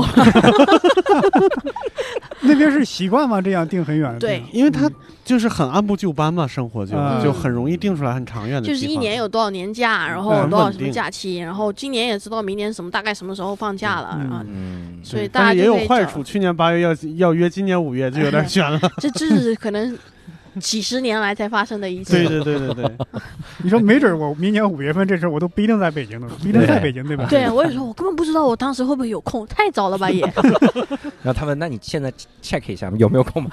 那边是习惯吗？这样定很远的？ 对， 因为他就是很按部就班嘛，生活就很容易定出来很长远的计划。 就是1年有多少年假，然后多少什么假期，然后今年也知道明年大概什么时候放假了啊。所以大家也有坏处，去年8月要约今年5月就有点悬了。 这是可能几十年来才发生的一次。 对。 你说没准我明年5月份这事儿我都不一定在北京呢，不一定在北京，对吧？ 对，我也说我根本不知道我当时会不会有空，太早了吧也。 然后他问，那你现在 check 一下有没有空吗？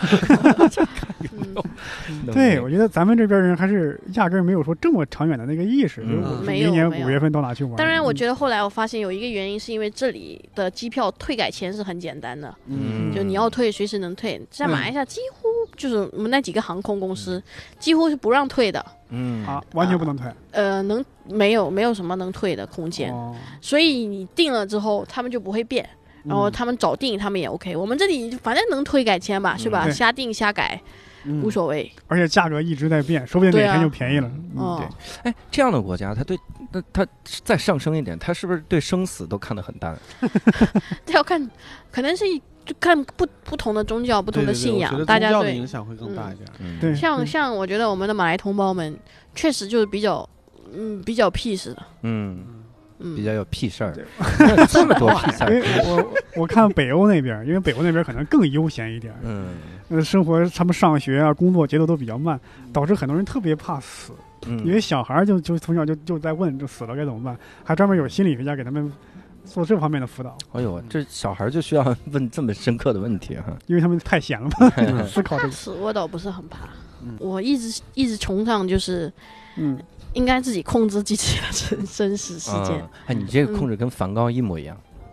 对，我觉得咱们这边人还是压根儿没有说这么长远的那个意识，明年5月份到哪去玩？ 当然，我觉得后来我发现有一个原因，是因为这里的机票退改签是很简单的，就你要退随时能退。在马来西亚几乎就是我们那几个航空公司几乎是不让退的。 完全不能退。 没有什么能退的空间，所以你定了之后，他们就不会变。然后他们早定，他们也 OK。我们这里反正能退改签吧，是吧？瞎定瞎改。无所谓， 而且价格一直在变，说不定哪天就便宜了。 对，这样的国家，它再上升一点，它是不是对生死都看得很淡？ 这要看，可能是就看不同的宗教、不同的信仰，大家对影响会更大一点。 对， 像我觉得我们的马来同胞们确实就是比较屁事的。 比较有屁事儿，这么多屁事儿。 我看北欧那边，因为北欧那边可能更悠闲一点，生活他们上学啊、工作节奏都比较慢，导致很多人特别怕死。因为小孩就从小就在问，这死了该怎么办，还专门有心理学家给他们做这方面的辅导。 哎呦，这小孩就需要问这么深刻的问题哈， 因为他们太闲了嘛，思考这个。 死我倒不是很怕，我一直崇尚就是，应该自己控制自己的生死事件。 你这个控制跟梵高一模一样。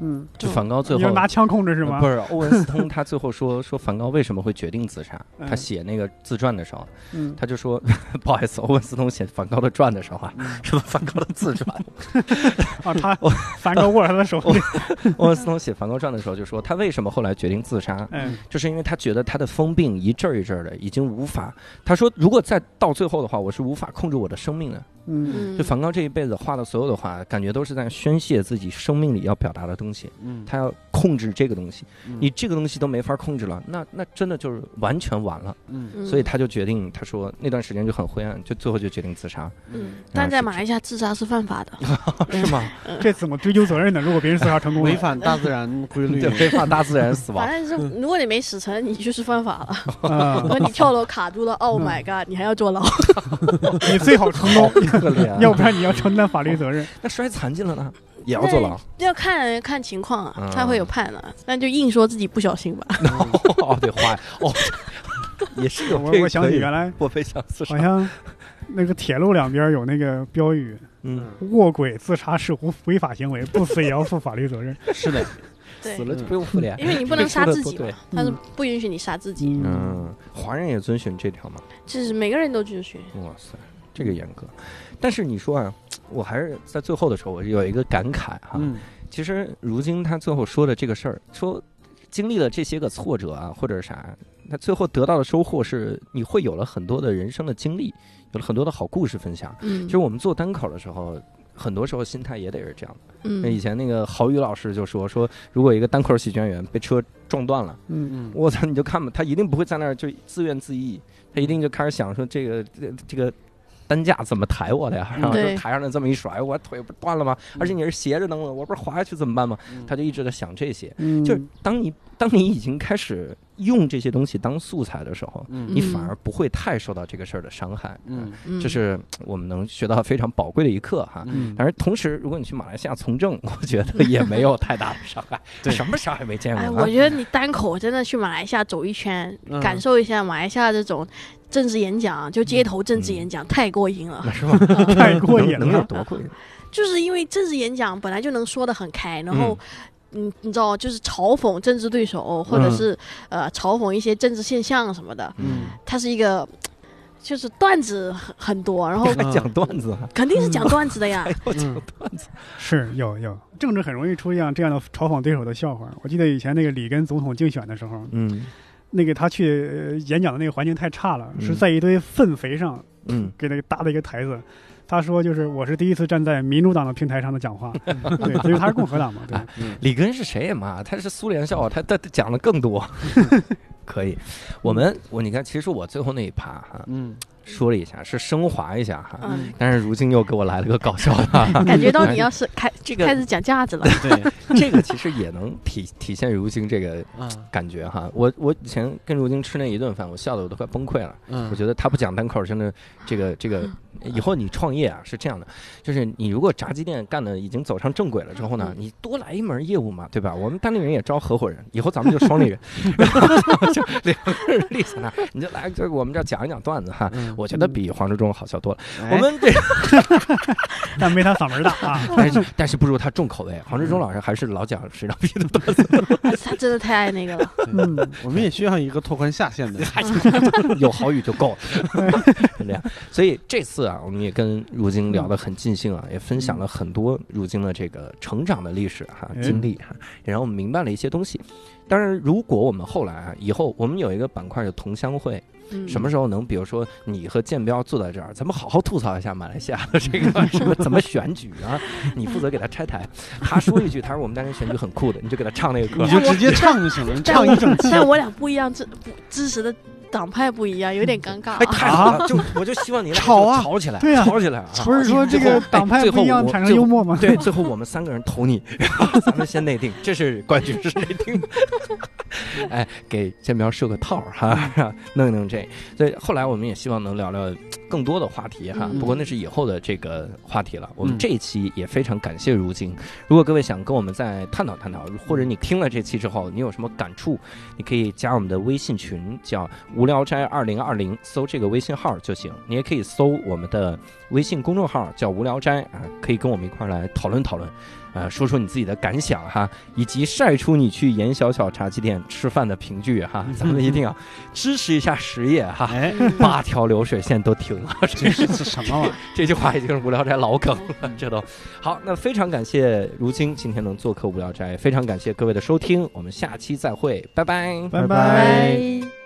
就梵高最后你要拿枪控制是吗？ 不是，欧文斯通他最后说梵高为什么会决定自杀？他写那个自传的时候，他就说不好意思，欧文斯通写梵高的传的时候啊，是梵高的自传啊，他梵高握在他的手里。 欧文斯通写梵高传的时候就说，他为什么后来决定自杀？就是因为他觉得他的疯病一阵一阵的，已经无法。他说，如果再到最后的话，我是无法控制我的生命的。就梵高这一辈子画的所有的画，感觉都是在宣泄自己生命里要表达的东西。他要控制这个东西，你这个东西都没法控制了，那真的就是完全完了。所以他就决定，他说那段时间就很灰暗，就最后就决定自杀。 但在马来西亚自杀是犯法的， 是吗？ 这怎么追究责任呢？如果别人自杀成功， 违反大自然规律， 违反大自然死亡。 反正是如果你没死成，你就是犯法了。如果你跳楼卡住了，Oh my god，你还要坐牢。 你最好成功，要不然你要承担法律责任。 那摔残疾了呢？也要坐牢？ 要看情况啊，他会有判的，那就硬说自己不小心吧。 哦，对，花哦，也是。 我想起原来我非想自杀， 好像那个铁路两边有那个标语，卧轨自杀是违法行为，不死也要负法律责任。 是的。死了就不用负脸， 因为你不能杀自己嘛，他是不允许你杀自己。 华人也遵循这条吗？ 就是每个人都遵循。 哇塞，这个严格。但是你说啊，我还是在最后的时候，我有一个感慨哈。其实如今他最后说的这个事儿，说经历了这些个挫折啊，或者啥，他最后得到的收获是，你会有了很多的人生的经历，有了很多的好故事分享。其实我们做单口的时候，很多时候心态也得是这样的。那以前那个郝宇老师就说，如果一个单口喜剧演员被车撞断了，我操，你就看吧，他一定不会在那儿就自怨自艾，他一定就开始想说这个担架怎么抬我的呀？然后就台上的这么一甩，我腿不断了吗？而且你是斜着蹬的，我不是滑下去怎么办吗？他就一直在想这些。就是当你已经开始用这些东西当素材的时候，你反而不会太受到这个事儿的伤害。这是我们能学到非常宝贵的一课哈。但是同时，如果你去马来西亚从政，我觉得也没有太大的伤害，什么伤害没见过。 我觉得你单口真的去马来西亚走一圈，感受一下马来西亚这种政治演讲，就街头政治演讲，太过瘾了， 是吧？ 太过瘾了， 能有多过瘾？ 就是因为政治演讲本来就能说得很开，然后你知道，就是嘲讽政治对手，或者是嘲讽一些政治现象什么的。它是一个，就是段子很多，然后讲段子， 肯定是讲段子的呀。 讲段子是有政治很容易出现这样的嘲讽对手的笑话。我记得以前那个里根总统竞选的时候，那个他去演讲的那个环境太差了，是在一堆粪肥上，给那个搭的一个台子。他说：“就是我是第一次站在民主党的平台上的讲话，对，因为他是共和党嘛。对， 里根是谁呀妈？他是苏联笑话，他讲的更多。可以，你看，其实我最后那一趴哈，说了一下，是升华一下哈，但是如今又给我来了个搞笑的， 感觉到你要是开始讲价值了。 对，这个其实也能体现如今这个感觉哈。我以前跟如今吃那一顿饭，我笑的我都快崩溃了。我觉得他不讲单口，真的这个。以后你创业啊是这样的，就是你如果炸鸡店干的已经走上正轨了之后呢，你多来一门业务嘛，对吧？我们单立人也招合伙人，以后咱们就双立人，就2个人立在那儿，你就来这我们这讲一讲段子哈。我觉得比黄志忠好笑多了。我们这， 但没他嗓门大啊， 但是不如他重口味。黄志忠老师还是老讲水上逼的段子， 他真的太爱那个了。 我们也需要一个拓宽下限的， 有好语就够了，是这样。所以这次啊，我们也跟如今聊得很尽兴啊，也分享了很多如今的这个成长的历史哈、经历哈，也让我们明白了一些东西。当然，如果我们后来啊，以后我们有一个板块叫同乡会，什么时候能，比如说你和建彪坐在这儿，咱们好好吐槽一下马来西亚的这个什么怎么选举啊？你负责给他拆台，他说一句，他说我们当时选举很酷的，你就给他唱那个歌， 你就直接唱就行了，你唱一整期。 但我俩不一样，支持的党派不一样，有点尴尬。 哎，太好了，我就希望你俩吵起来， 对呀， 吵起来啊！ 不是说这个党派不一样产生幽默吗？ 对，最后我们3个人投你，咱们先内定，这是冠军是内定。 哎，给建苗设个套哈，弄一弄这。所以后来我们也希望能聊聊更多的话题哈，不过那是以后的这个话题了。我们这一期也非常感谢如今，如果各位想跟我们再探讨探讨，或者你听了这期之后你有什么感触，你可以加我们的微信群，叫无聊斋2020，搜这个微信号就行。你也可以搜我们的微信公众号叫无聊斋啊，可以跟我们一块来讨论讨论。说说你自己的感想哈，以及晒出你去严小小茶几店吃饭的凭据哈，咱们一定要支持一下实业哈。8条流水线都停了， 这是什么玩意儿？ 这句话已经是无聊斋老梗了，这都好。那非常感谢如今今天能做客无聊斋，非常感谢各位的收听，我们下期再会，拜拜， 拜拜。